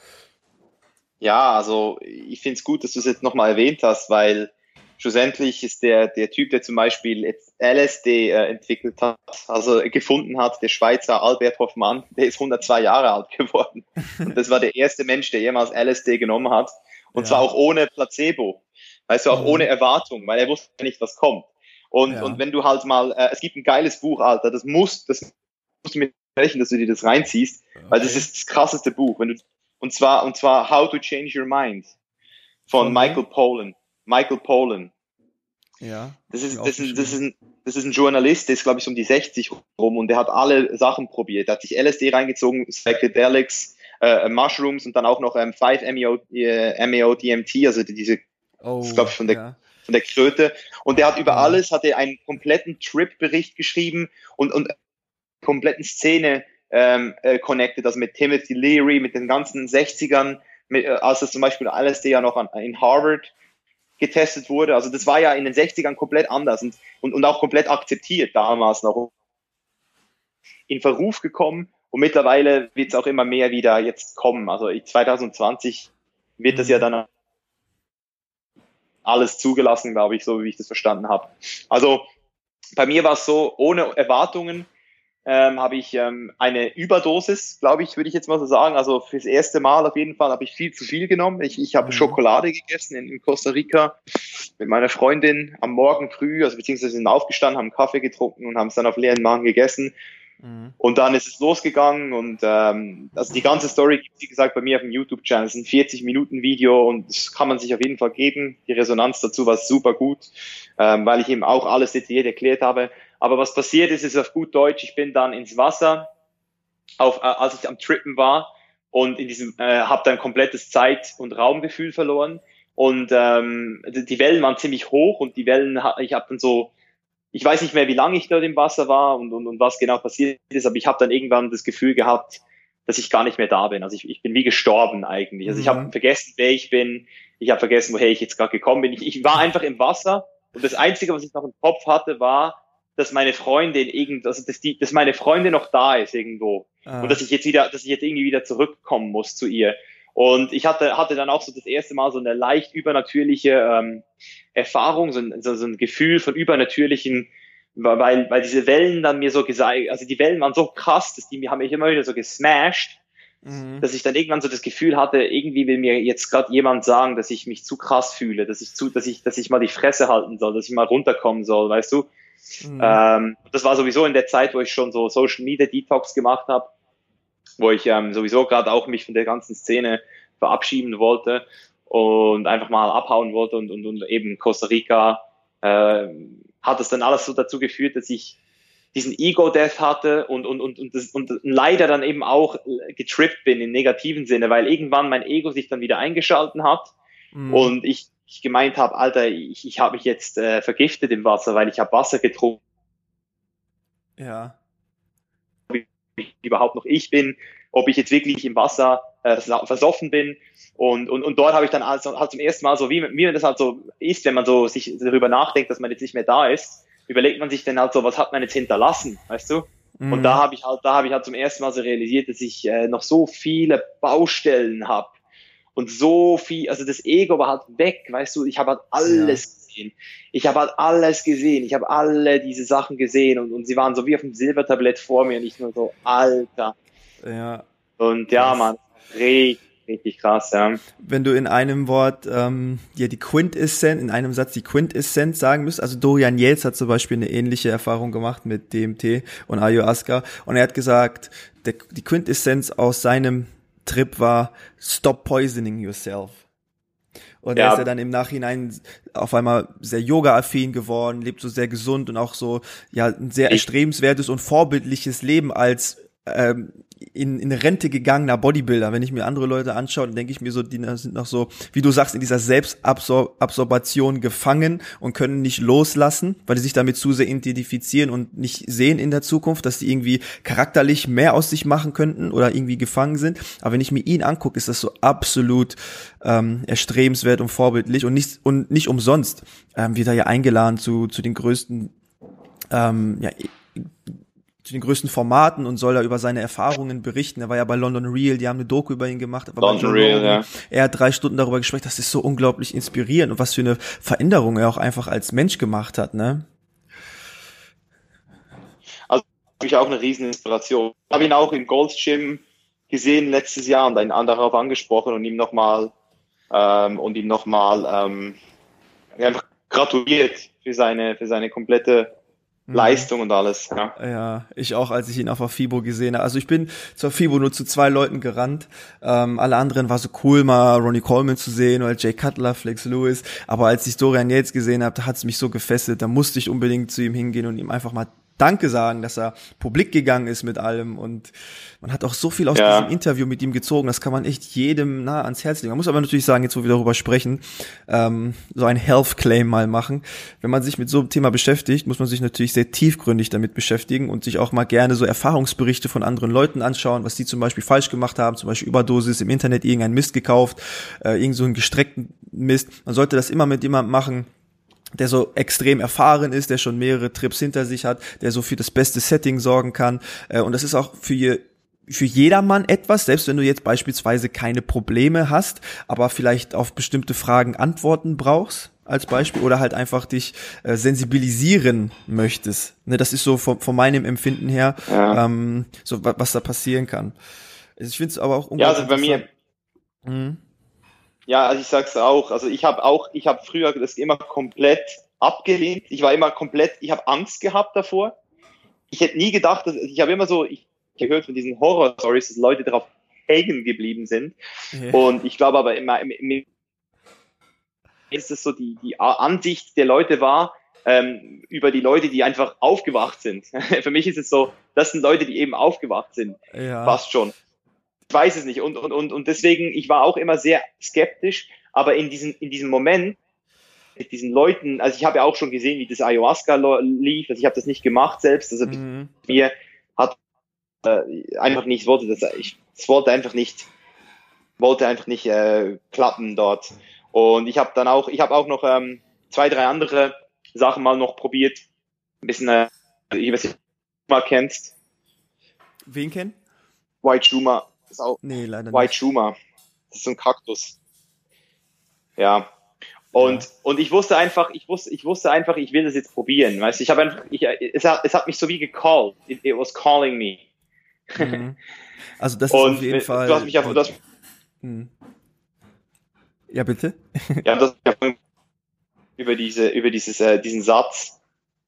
Ja, also ich finde es gut, dass du es jetzt nochmal erwähnt hast, weil schlussendlich ist der der Typ, der zum Beispiel jetzt L S D äh, entwickelt hat, also gefunden hat, der Schweizer Albert Hoffmann, der ist hundertzwei Jahre alt geworden. Und das war der erste Mensch, der jemals L S D genommen hat. Und ja. zwar auch ohne Placebo. Weißt du, auch mhm. ohne Erwartung, weil er wusste nicht, was kommt. Und, ja. und wenn du halt mal, äh, es gibt ein geiles Buch, Alter, das musst, das musst du mir sprechen, dass du dir das reinziehst, okay. weil das ist das krasseste Buch. Wenn du, und zwar, und zwar How to Change Your Mind von, von Michael Pollan. Michael Pollan. Ja. Das ist, das ist, das ist ein, das ist ein Journalist, der ist, glaube ich, so um die sechzig rum und der hat alle Sachen probiert. Der hat sich L S D reingezogen, Psychedelics, äh, Mushrooms und dann auch noch ähm, fünf M E O D M T, also diese, oh, das glaube ich von der, ja. von der Kröte. Und der hat über alles, hat er einen kompletten Trip-Bericht geschrieben und, und kompletten Szene ähm, äh, connected, also mit Timothy Leary, mit den ganzen sechzigern, mit, äh, als das zum Beispiel L S D ja noch an, in Harvard getestet wurde. Also das war ja in den sechzigern komplett anders und, und, und auch komplett akzeptiert damals noch. In Verruf gekommen und mittlerweile wird es auch immer mehr wieder jetzt kommen. Also zwanzig zwanzig wird das ja dann alles zugelassen, glaube ich, so wie ich das verstanden habe. Also bei mir war es so, ohne Erwartungen ähm, habe ich ähm, eine Überdosis, glaube ich, würde ich jetzt mal so sagen. Also fürs erste Mal auf jeden Fall habe ich viel zu viel genommen. Ich, ich habe mhm. Schokolade gegessen in, in Costa Rica mit meiner Freundin am Morgen früh, also beziehungsweise sind aufgestanden, haben Kaffee getrunken und haben es dann auf leeren Magen gegessen. Mhm. Und dann ist es losgegangen und ähm, also die ganze Story gibt es, wie gesagt, bei mir auf dem YouTube-Channel. Es ist ein vierzig Minuten Video und das kann man sich auf jeden Fall geben. Die Resonanz dazu war super gut, ähm, weil ich eben auch alles detailliert erklärt habe. Aber was passiert ist, ist auf gut Deutsch, ich bin dann ins Wasser, auf, äh, als ich am Trippen war und in diesem äh, habe dann komplettes Zeit- und Raumgefühl verloren und ähm, die Wellen waren ziemlich hoch und die Wellen, ich habe dann so, ich weiß nicht mehr, wie lange ich dort im Wasser war und, und, und was genau passiert ist, aber ich habe dann irgendwann das Gefühl gehabt, dass ich gar nicht mehr da bin. Also ich, ich bin wie gestorben eigentlich. Also ich habe vergessen, wer ich bin. Ich habe vergessen, woher ich jetzt gerade gekommen bin. Ich, ich war einfach im Wasser und das Einzige, was ich noch im Kopf hatte, war, dass meine Freundin irgend, also dass die, dass meine Freundin noch da ist irgendwo ah. und dass ich jetzt wieder, dass ich jetzt irgendwie wieder zurückkommen muss zu ihr. Und ich hatte hatte dann auch so das erste Mal so eine leicht übernatürliche ähm, Erfahrung, so ein, so, so ein Gefühl von übernatürlichen, weil weil diese Wellen dann mir so gesagt, also die Wellen waren so krass, dass die mir haben mich immer wieder so gesmashed, mhm. dass ich dann irgendwann so das Gefühl hatte, irgendwie will mir jetzt gerade jemand sagen, dass ich mich zu krass fühle, dass ich zu, dass ich, dass ich mal die Fresse halten soll, dass ich mal runterkommen soll, weißt du? Mhm. Ähm, das war sowieso in der Zeit, wo ich schon so Social Media Detox gemacht habe, wo ich ähm, sowieso gerade auch mich von der ganzen Szene verabschieden wollte und einfach mal abhauen wollte und, und, und eben Costa Rica äh, hat es dann alles so dazu geführt, dass ich diesen Ego-Death hatte und, und, und, und, das, und leider dann eben auch getrippt bin im negativen Sinne, weil irgendwann mein Ego sich dann wieder eingeschalten hat mhm. und ich ich gemeint habe, Alter, ich, ich habe mich jetzt äh, vergiftet im Wasser, weil ich habe Wasser getrunken. Ja. Ob ich überhaupt noch ich bin, ob ich jetzt wirklich im Wasser äh, versoffen bin. Und, und, und dort habe ich dann also halt zum ersten Mal so, wie, wie das halt so ist, wenn man so sich darüber nachdenkt, dass man jetzt nicht mehr da ist, überlegt man sich dann halt so, was hat man jetzt hinterlassen, weißt du? Mhm. Und da habe ich halt, da habe ich halt zum ersten Mal so realisiert, dass ich äh, noch so viele Baustellen habe. Und so viel, also das Ego war halt weg, weißt du, ich habe halt alles ja. gesehen. Ich habe halt alles gesehen. Ich habe alle diese Sachen gesehen und, und sie waren so wie auf dem Silbertablett vor mir und ich nur so, Alter. Ja. Und ja, krass. Man, richtig, richtig krass, ja. Wenn du in einem Wort, ähm, ja, die Quintessenz, in einem Satz die Quintessenz sagen müsst, also Dorian Yates hat zum Beispiel eine ähnliche Erfahrung gemacht mit D M T und Ayahuasca und er hat gesagt, der, die Quintessenz aus seinem Trip war Stop Poisoning Yourself. Und ja. Er ist ja dann im Nachhinein auf einmal sehr yoga-affin geworden, lebt so sehr gesund und auch so ja ein sehr erstrebenswertes und vorbildliches Leben als ähm, in, in Rente gegangener Bodybuilder. Wenn ich mir andere Leute anschaue, dann denke ich mir so, die sind noch so, wie du sagst, in dieser Selbstabsorption gefangen und können nicht loslassen, weil die sich damit zu sehr identifizieren und nicht sehen in der Zukunft, dass die irgendwie charakterlich mehr aus sich machen könnten oder irgendwie gefangen sind. Aber wenn ich mir ihn angucke, ist das so absolut ähm, erstrebenswert und vorbildlich und nicht, und nicht umsonst ähm, wird er ja eingeladen zu, zu den größten ähm, ja, zu den größten Formaten und soll da über seine Erfahrungen berichten. Er war ja bei London Real, die haben eine Doku über ihn gemacht. Er, London Real, ja. Er hat drei Stunden darüber gesprochen, das ist so unglaublich inspirierend und was für eine Veränderung er auch einfach als Mensch gemacht hat, ne? Also für mich auch eine riesen Inspiration. Ich habe ihn auch im Gold's Gym gesehen letztes Jahr und einen anderen darauf angesprochen und ihm nochmal ähm, und ihm nochmal ähm, einfach gratuliert für seine für seine komplette Leistung und alles, ja. Ja, ich auch, als ich ihn auf der FIBO gesehen habe. Also ich bin zur FIBO nur zu zwei Leuten gerannt. Ähm, alle anderen war so cool, mal Ronnie Coleman zu sehen oder Jay Cutler, Flex Lewis. Aber als ich Dorian Yates gesehen habe, da hat es mich so gefesselt. Da musste ich unbedingt zu ihm hingehen und ihm einfach mal Danke sagen, dass er publik gegangen ist mit allem und man hat auch so viel aus ja. diesem Interview mit ihm gezogen, das kann man echt jedem nah ans Herz legen. Man muss aber natürlich sagen, jetzt wo wir darüber sprechen, ähm, so ein Health Claim mal machen. Wenn man sich mit so einem Thema beschäftigt, muss man sich natürlich sehr tiefgründig damit beschäftigen und sich auch mal gerne so Erfahrungsberichte von anderen Leuten anschauen, was die zum Beispiel falsch gemacht haben, zum Beispiel Überdosis, im Internet irgendein Mist gekauft, äh, irgend so einen gestreckten Mist. Man sollte das immer mit jemandem machen, der so extrem erfahren ist, der schon mehrere Trips hinter sich hat, der so für das beste Setting sorgen kann. Und das ist auch für je, für jedermann etwas, selbst wenn du jetzt beispielsweise keine Probleme hast, aber vielleicht auf bestimmte Fragen Antworten brauchst, als Beispiel, oder halt einfach dich äh, sensibilisieren möchtest. Ne, das ist so von, von meinem Empfinden her, ja. ähm, so was da passieren kann. Ich finde es aber auch unglaublich. Ja, also bei mir. Mhm. Ja, also ich sag's auch. Also ich habe auch, ich habe früher das immer komplett abgelehnt. Ich war immer komplett, ich habe Angst gehabt davor. Ich hätte nie gedacht, dass, ich habe immer so, ich gehört von diesen Horror-Stories, dass Leute darauf hängen geblieben sind. Ja. Und ich glaube aber immer, immer ist es so die die Ansicht der Leute war ähm, über die Leute, die einfach aufgewacht sind. Für mich ist es so, das sind Leute, die eben aufgewacht sind. Ja. Fast schon. Ich weiß es nicht und, und, und, und deswegen, ich war auch immer sehr skeptisch, aber in diesem, in diesem Moment mit diesen Leuten, also ich habe ja auch schon gesehen, wie das Ayahuasca lief, also ich habe das nicht gemacht selbst, also mhm. mir hat äh, einfach nicht, wollte das, ich es wollte einfach nicht, wollte einfach nicht äh, klappen dort und ich habe dann auch, ich habe auch noch ähm, zwei, drei andere Sachen mal noch probiert, ein bisschen, äh, ich weiß nicht, ob du mal kennst. Wen kennen? White Schumer. Ist auch nee, leider White nicht. Schumer. Das ist so ein Kaktus. Ja. Und, ja. und ich wusste einfach, ich wusste, ich wusste einfach, ich will das jetzt probieren. Weißt du, ich habe einfach, ich, es hat, es hat mich so wie gecalled. It, it was calling me. Mhm. Also das ist und auf jeden du Fall. Du hast mich auf, das, hm. Ja, bitte? Ja, das über diese, über dieses, äh, diesen Satz.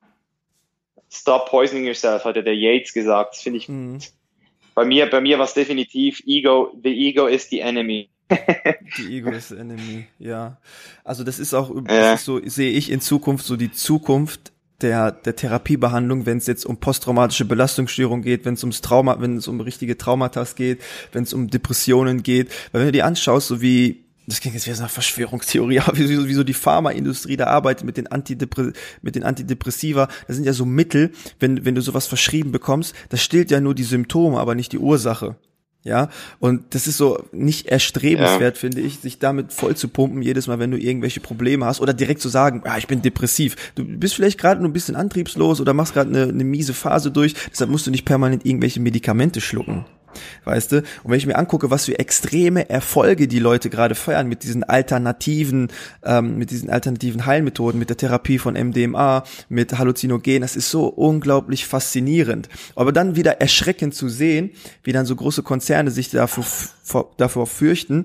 Stop poisoning yourself, hat ja der Yates gesagt. Das finde ich mhm. Bei mir, bei mir war es definitiv Ego, the ego is the enemy. Die Ego is the enemy, ja. Also das ist auch, das ist so, sehe ich in Zukunft so die Zukunft der, der Therapiebehandlung, wenn es jetzt um posttraumatische Belastungsstörung geht, wenn es ums Trauma, wenn es um richtige Traumata geht, wenn es um Depressionen geht. Weil wenn du dir anschaust, so wie, das klingt jetzt wie so eine Verschwörungstheorie, aber wie, wie so die Pharmaindustrie da arbeitet mit den Antidepre- mit den Antidepressiva, das sind ja so Mittel, wenn wenn du sowas verschrieben bekommst, das stillt ja nur die Symptome, aber nicht die Ursache. Ja, und das ist so nicht erstrebenswert, ja. finde ich, sich damit voll zu pumpen, jedes Mal, wenn du irgendwelche Probleme hast oder direkt zu sagen, ja, ich bin depressiv. Du bist vielleicht gerade nur ein bisschen antriebslos oder machst gerade eine, eine miese Phase durch, deshalb musst du nicht permanent irgendwelche Medikamente schlucken. Weißt du? Und wenn ich mir angucke, was für extreme Erfolge die Leute gerade feiern mit diesen alternativen, ähm, mit diesen alternativen Heilmethoden, mit der Therapie von M D M A, mit Halluzinogen, das ist so unglaublich faszinierend. Aber dann wieder erschreckend zu sehen, wie dann so große Konzerne sich dafür, davor fürchten,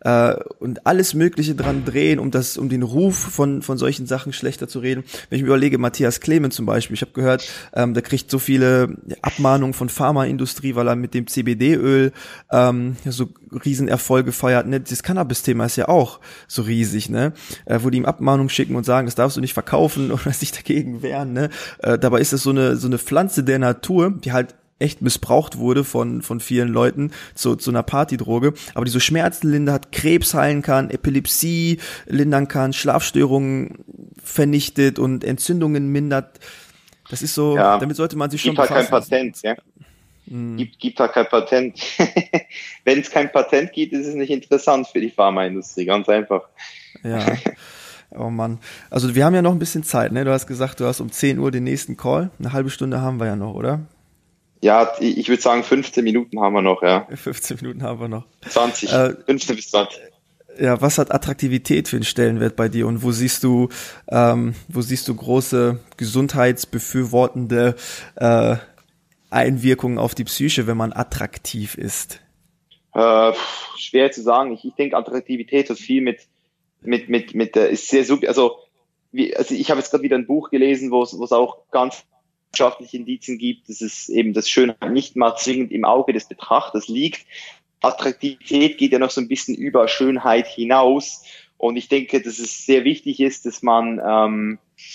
äh, und alles Mögliche dran drehen, um das, um den Ruf von von solchen Sachen schlechter zu reden. Wenn ich mir überlege, Matthias Clement zum Beispiel, ich habe gehört, ähm, der kriegt so viele Abmahnungen von Pharmaindustrie, weil er mit dem C B D-Öl ähm, so Riesenerfolge feiert. Ne? Das Cannabis-Thema ist ja auch so riesig, ne? Äh, wo die ihm Abmahnungen schicken und sagen, das darfst du nicht verkaufen oder sich dagegen wehren. Ne? Äh, dabei ist es so eine so eine Pflanze der Natur, die halt echt missbraucht wurde von von vielen Leuten zu zu einer Partydroge, aber die so Schmerzen lindert, Krebs heilen kann, Epilepsie lindern kann, Schlafstörungen vernichtet und Entzündungen mindert. Das ist so, ja, damit sollte man sich schon befassen. Gibt halt kein Patent, ja. Hm. Gibt, gibt halt kein Patent. Wenn es kein Patent gibt, ist es nicht interessant für die Pharmaindustrie, ganz einfach. Ja. Oh Mann. Also wir haben ja noch ein bisschen Zeit, ne? Du hast gesagt, du hast um zehn Uhr den nächsten Call. Eine halbe Stunde haben wir ja noch, oder? Ja, ich würde sagen, fünfzehn Minuten haben wir noch, ja. fünfzehn Minuten haben wir noch. zwanzig, äh, fünfzehn bis zwanzig. Ja, was hat Attraktivität für einen Stellenwert bei dir und wo siehst du, ähm, wo siehst du große gesundheitsbefürwortende äh, Einwirkungen auf die Psyche, wenn man attraktiv ist? Äh, schwer zu sagen. Ich, ich denke, Attraktivität hat viel mit, mit, mit, mit, äh, ist sehr sub, also, wie, also ich habe jetzt gerade wieder ein Buch gelesen, wo es, wo es auch ganz wissenschaftliche Indizien gibt, dass es eben das Schönheit nicht mal zwingend im Auge des Betrachters liegt. Attraktivität geht ja noch so ein bisschen über Schönheit hinaus. Und ich denke, dass es sehr wichtig ist, dass man, ähm,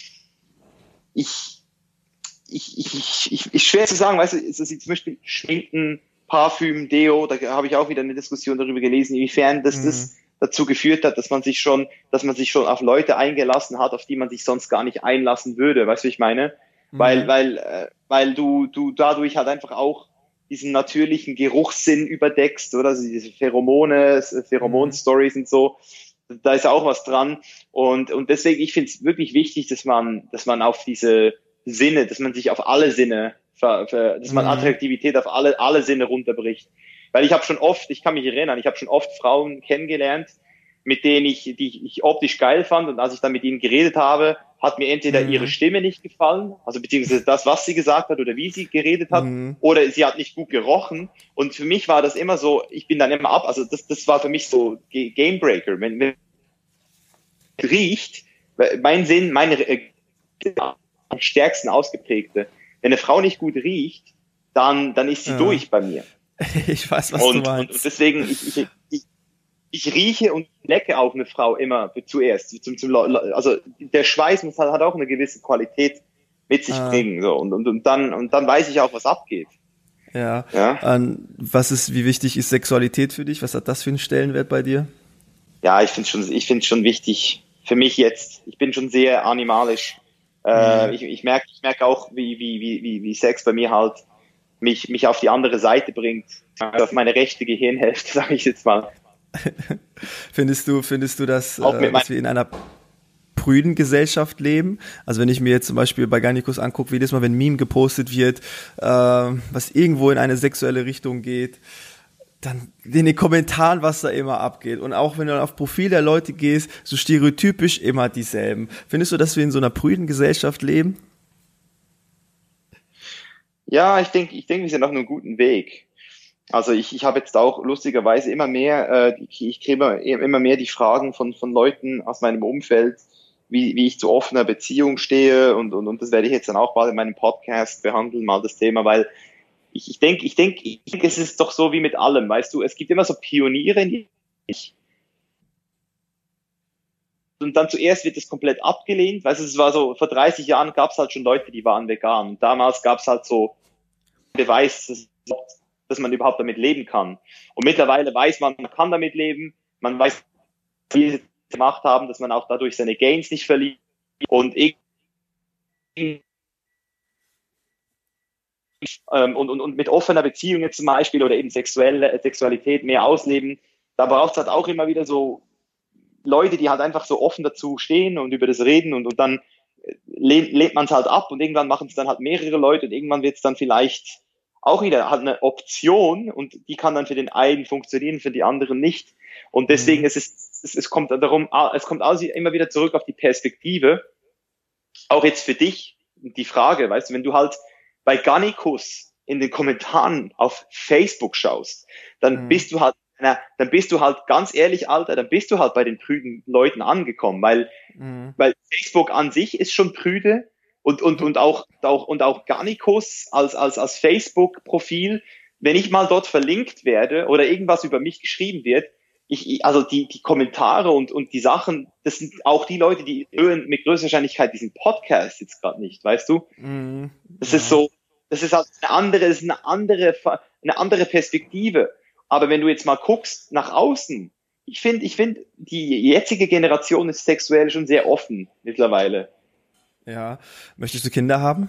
ich, ich, ich, ich, ich, ich schwer zu sagen, weißt du, so zum Beispiel Schminken, Parfüm, Deo, da habe ich auch wieder eine Diskussion darüber gelesen, inwiefern das, mhm. das dazu geführt hat, dass man sich schon, dass man sich schon auf Leute eingelassen hat, auf die man sich sonst gar nicht einlassen würde. Weißt du, wie ich meine? Mhm. Weil, weil, äh, weil du, du dadurch halt einfach auch diesen natürlichen Geruchssinn überdeckst, oder? Also diese Pheromone, Pheromon-Stories mhm. und so. Da ist auch was dran. Und, und deswegen, ich finde es wirklich wichtig, dass man, dass man auf diese Sinne, dass man sich auf alle Sinne, ver, ver, dass man mhm. Attraktivität auf alle, alle Sinne runterbricht. Weil ich habe schon oft, ich kann mich erinnern, ich habe schon oft Frauen kennengelernt, mit denen ich, die ich optisch geil fand, und als ich dann mit ihnen geredet habe, hat mir entweder mhm. ihre Stimme nicht gefallen, also beziehungsweise das, was sie gesagt hat oder wie sie geredet hat, mhm. oder sie hat nicht gut gerochen. Und für mich war das immer so, ich bin dann immer ab, also das, das war für mich so Gamebreaker. Wenn, wenn riecht, mein Sinn, meine am stärksten ausgeprägte. Wenn eine Frau nicht gut riecht, dann, dann ist sie ja. durch bei mir. Ich weiß, was und, du meinst. Und deswegen, ich, ich, ich, ich rieche und lecke auf eine Frau immer zuerst. Zum, zum, also der Schweiß muss halt, hat auch eine gewisse Qualität mit sich ah. bringen. So. Und, und, und, dann, und dann weiß ich auch, was abgeht. Ja. ja? Um, was ist, wie wichtig ist Sexualität für dich? Was hat das für einen Stellenwert bei dir? Ja, ich finde schon, ich finde schon wichtig. Für mich jetzt. Ich bin schon sehr animalisch. Mhm. Äh, ich, ich merke, ich merke auch, wie, wie, wie, wie Sex bei mir halt mich, mich auf die andere Seite bringt. Also auf meine rechte Gehirnhälfte, sage ich jetzt mal. Findest du, findest du, dass, äh, dass wir in einer prüden Gesellschaft leben? Also wenn ich mir jetzt zum Beispiel bei Garnicus angucke, wie das mal, wenn ein Meme gepostet wird, äh, was irgendwo in eine sexuelle Richtung geht, dann in den Kommentaren, was da immer abgeht. Und auch wenn du dann auf Profil der Leute gehst, so stereotypisch immer dieselben. Findest du, dass wir in so einer prüden Gesellschaft leben? Ja, ich denke, ich denke, wir sind auf einem guten Weg. Also ich, ich habe jetzt auch lustigerweise immer mehr, äh, ich, ich kriege immer mehr die Fragen von von Leuten aus meinem Umfeld, wie wie ich zu offener Beziehung stehe, und und und das werde ich jetzt dann auch bald in meinem Podcast behandeln, mal das Thema, weil ich ich denke, ich denke, ich denke, es ist doch so wie mit allem, weißt du, es gibt immer so Pioniere in die und dann zuerst wird es komplett abgelehnt, weißt du, es war so, vor dreißig Jahren gab es halt schon Leute, die waren vegan, und damals gab es halt so Beweis, dass, dass man überhaupt damit leben kann. Und mittlerweile weiß man, man kann damit leben, man weiß, wie sie gemacht haben, dass man auch dadurch seine Gains nicht verliert, und irgendwie ähm, und, und, und mit offener Beziehung jetzt zum Beispiel oder eben sexuelle Sexualität mehr ausleben, da braucht es halt auch immer wieder so Leute, die halt einfach so offen dazu stehen und über das reden, und, und dann lehnt, lehnt man es halt ab, und irgendwann machen es dann halt mehrere Leute, und irgendwann wird es dann vielleicht auch wieder halt eine Option, und die kann dann für den einen funktionieren, für die anderen nicht. Und deswegen mhm. ist es, es, es kommt darum, es kommt also immer wieder zurück auf die Perspektive, auch jetzt für dich die Frage, weißt du, wenn du halt bei Garnicus in den Kommentaren auf Facebook schaust, dann mhm. bist du halt na, dann bist du halt, ganz ehrlich, Alter, dann bist du halt bei den prüden Leuten angekommen, weil, mhm. weil Facebook an sich ist schon prüde und, und, und auch, auch, und auch Gannikus als, als, als Facebook-Profil, wenn ich mal dort verlinkt werde oder irgendwas über mich geschrieben wird, ich, also die, die Kommentare und, und die Sachen, das sind auch die Leute, die hören mit größter Wahrscheinlichkeit diesen Podcast jetzt gerade nicht, weißt du? Mhm. Das ja. ist so, das ist halt eine andere, das ist eine andere, eine andere Perspektive. Aber wenn du jetzt mal guckst nach außen, ich finde, ich finde, die jetzige Generation ist sexuell schon sehr offen mittlerweile. Ja. Möchtest du Kinder haben?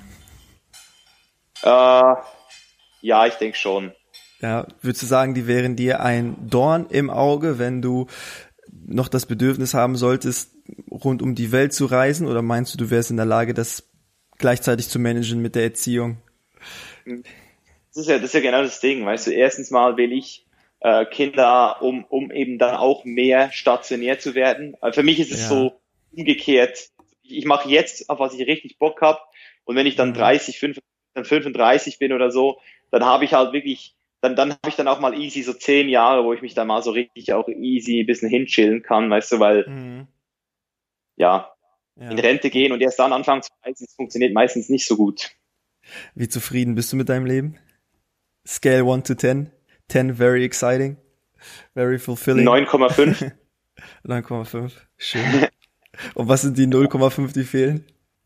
Äh, ja, ich denke schon. Ja, würdest du sagen, die wären dir ein Dorn im Auge, wenn du noch das Bedürfnis haben solltest, rund um die Welt zu reisen? Oder meinst du, du wärst in der Lage, das gleichzeitig zu managen mit der Erziehung? Das ist ja, das ist ja genau das Ding, weißt du. Erstens mal will ich äh, Kinder, um, um eben dann auch mehr stationär zu werden. Also für mich ist es ja. so umgekehrt. Ich mache jetzt, auf was ich richtig Bock habe. Und wenn ich dann dreißig, fünfunddreißig bin oder so, dann habe ich halt wirklich, dann, dann habe ich dann auch mal easy so zehn Jahre, wo ich mich dann mal so richtig auch easy ein bisschen hinchillen kann, weißt du, weil, mhm. ja, ja, in Rente gehen und erst dann anfangen zu reisen, das funktioniert meistens nicht so gut. Wie zufrieden bist du mit deinem Leben? Scale one to ten. ten very exciting. Very fulfilling. neun Komma fünf. neun Komma fünf. Schön. Und was sind die null Komma fünf, die fehlen?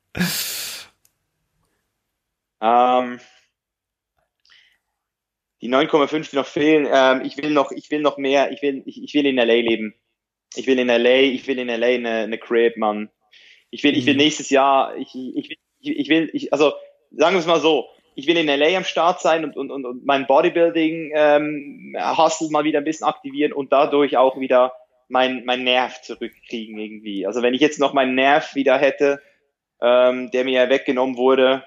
Ähm, die neun Komma fünf, die noch fehlen, ähm, ich will noch, ich will noch mehr, ich will, ich, ich will in L A leben. Ich will in L A, ich will in L A eine, eine Crib, Mann. Ich will, ich will nächstes Jahr, ich, ich will, ich, ich will, ich, also, sagen wir es mal so, ich will in L A am Start sein und, und, und, und mein Bodybuilding, ähm, Hustle mal wieder ein bisschen aktivieren und dadurch auch wieder mein, mein Nerv zurückkriegen irgendwie. Also wenn ich jetzt noch meinen Nerv wieder hätte, ähm, der mir weggenommen wurde,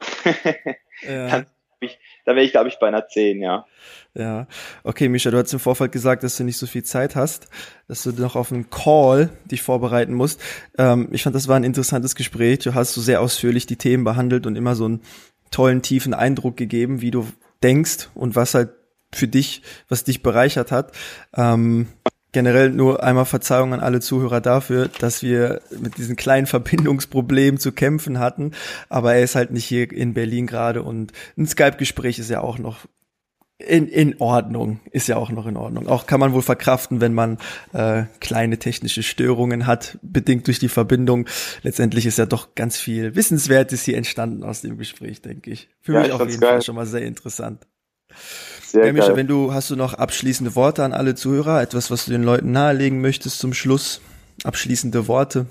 ja. dann, ich, dann wäre ich, glaube ich, bei einer zehn, ja. Ja, okay, Mischa, du hast im Vorfeld gesagt, dass du nicht so viel Zeit hast, dass du noch auf einen Call dich vorbereiten musst. Ähm, ich fand, das war ein interessantes Gespräch. Du hast so sehr ausführlich die Themen behandelt und immer so einen tollen, tiefen Eindruck gegeben, wie du denkst und was halt für dich, was dich bereichert hat. Ähm, generell nur einmal Verzeihung an alle Zuhörer dafür, dass wir mit diesen kleinen Verbindungsproblemen zu kämpfen hatten, aber er ist halt nicht hier in Berlin gerade und ein Skype-Gespräch ist ja auch noch in in Ordnung, ist ja auch noch in Ordnung. Auch kann man wohl verkraften, wenn man äh, kleine technische Störungen hat, bedingt durch die Verbindung. Letztendlich ist ja doch ganz viel Wissenswertes hier entstanden aus dem Gespräch, denke ich. Für ja, mich auf jeden geil. Fall schon mal sehr interessant. Sehr ja, Mischa, wenn du, hast du noch abschließende Worte an alle Zuhörer? Etwas, was du den Leuten nahelegen möchtest zum Schluss? Abschließende Worte?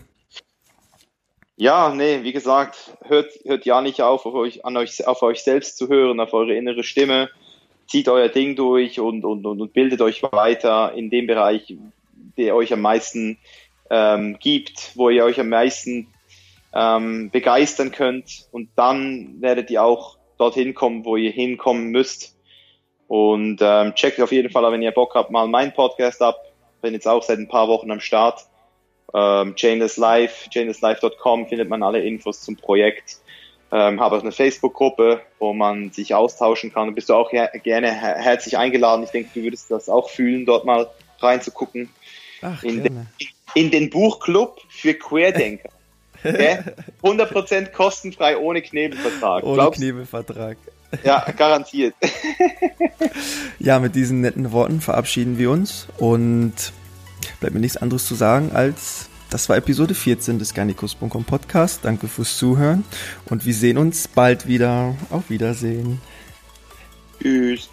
Ja, nee, wie gesagt, hört, hört ja nicht auf, auf euch, an euch, auf euch selbst zu hören, auf eure innere Stimme. Zieht euer Ding durch und, und, und, und bildet euch weiter in dem Bereich, der euch am meisten ähm, gibt, wo ihr euch am meisten ähm, begeistern könnt. Und dann werdet ihr auch dorthin kommen, wo ihr hinkommen müsst. Und ähm, checkt auf jeden Fall, wenn ihr Bock habt, mal meinen Podcast ab. Bin jetzt auch seit ein paar Wochen am Start. Ähm, Chainless Life, chainless life dot com findet man alle Infos zum Projekt. Ähm, habe auch eine Facebook-Gruppe, wo man sich austauschen kann. Du bist du auch her- gerne her- herzlich eingeladen. Ich denke, du würdest das auch fühlen, dort mal reinzugucken. Ach, in, den, in den Buchclub für Querdenker. Okay? hundert Prozent kostenfrei, ohne Knebelvertrag. Ohne Glaubst, Knebelvertrag. Ja, garantiert. Ja, mit diesen netten Worten verabschieden wir uns und bleibt mir nichts anderes zu sagen als... Das war Episode vierzehn des Gannikus Punkt com Podcast. Danke fürs Zuhören und wir sehen uns bald wieder. Auf Wiedersehen. Tschüss.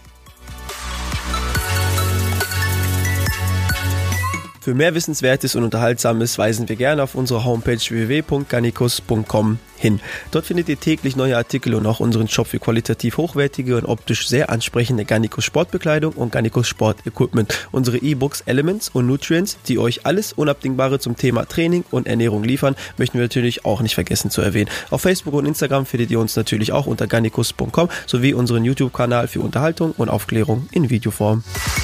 Für mehr Wissenswertes und Unterhaltsames weisen wir gerne auf unsere Homepage w w w punkt gannikus punkt com hin. Dort findet ihr täglich neue Artikel und auch unseren Shop für qualitativ hochwertige und optisch sehr ansprechende Gannikus Sportbekleidung und Gannikus Sport-Equipment. Unsere E-Books Elements und Nutrients, die euch alles Unabdingbare zum Thema Training und Ernährung liefern, möchten wir natürlich auch nicht vergessen zu erwähnen. Auf Facebook und Instagram findet ihr uns natürlich auch unter gannikus punkt com sowie unseren YouTube-Kanal für Unterhaltung und Aufklärung in Videoform.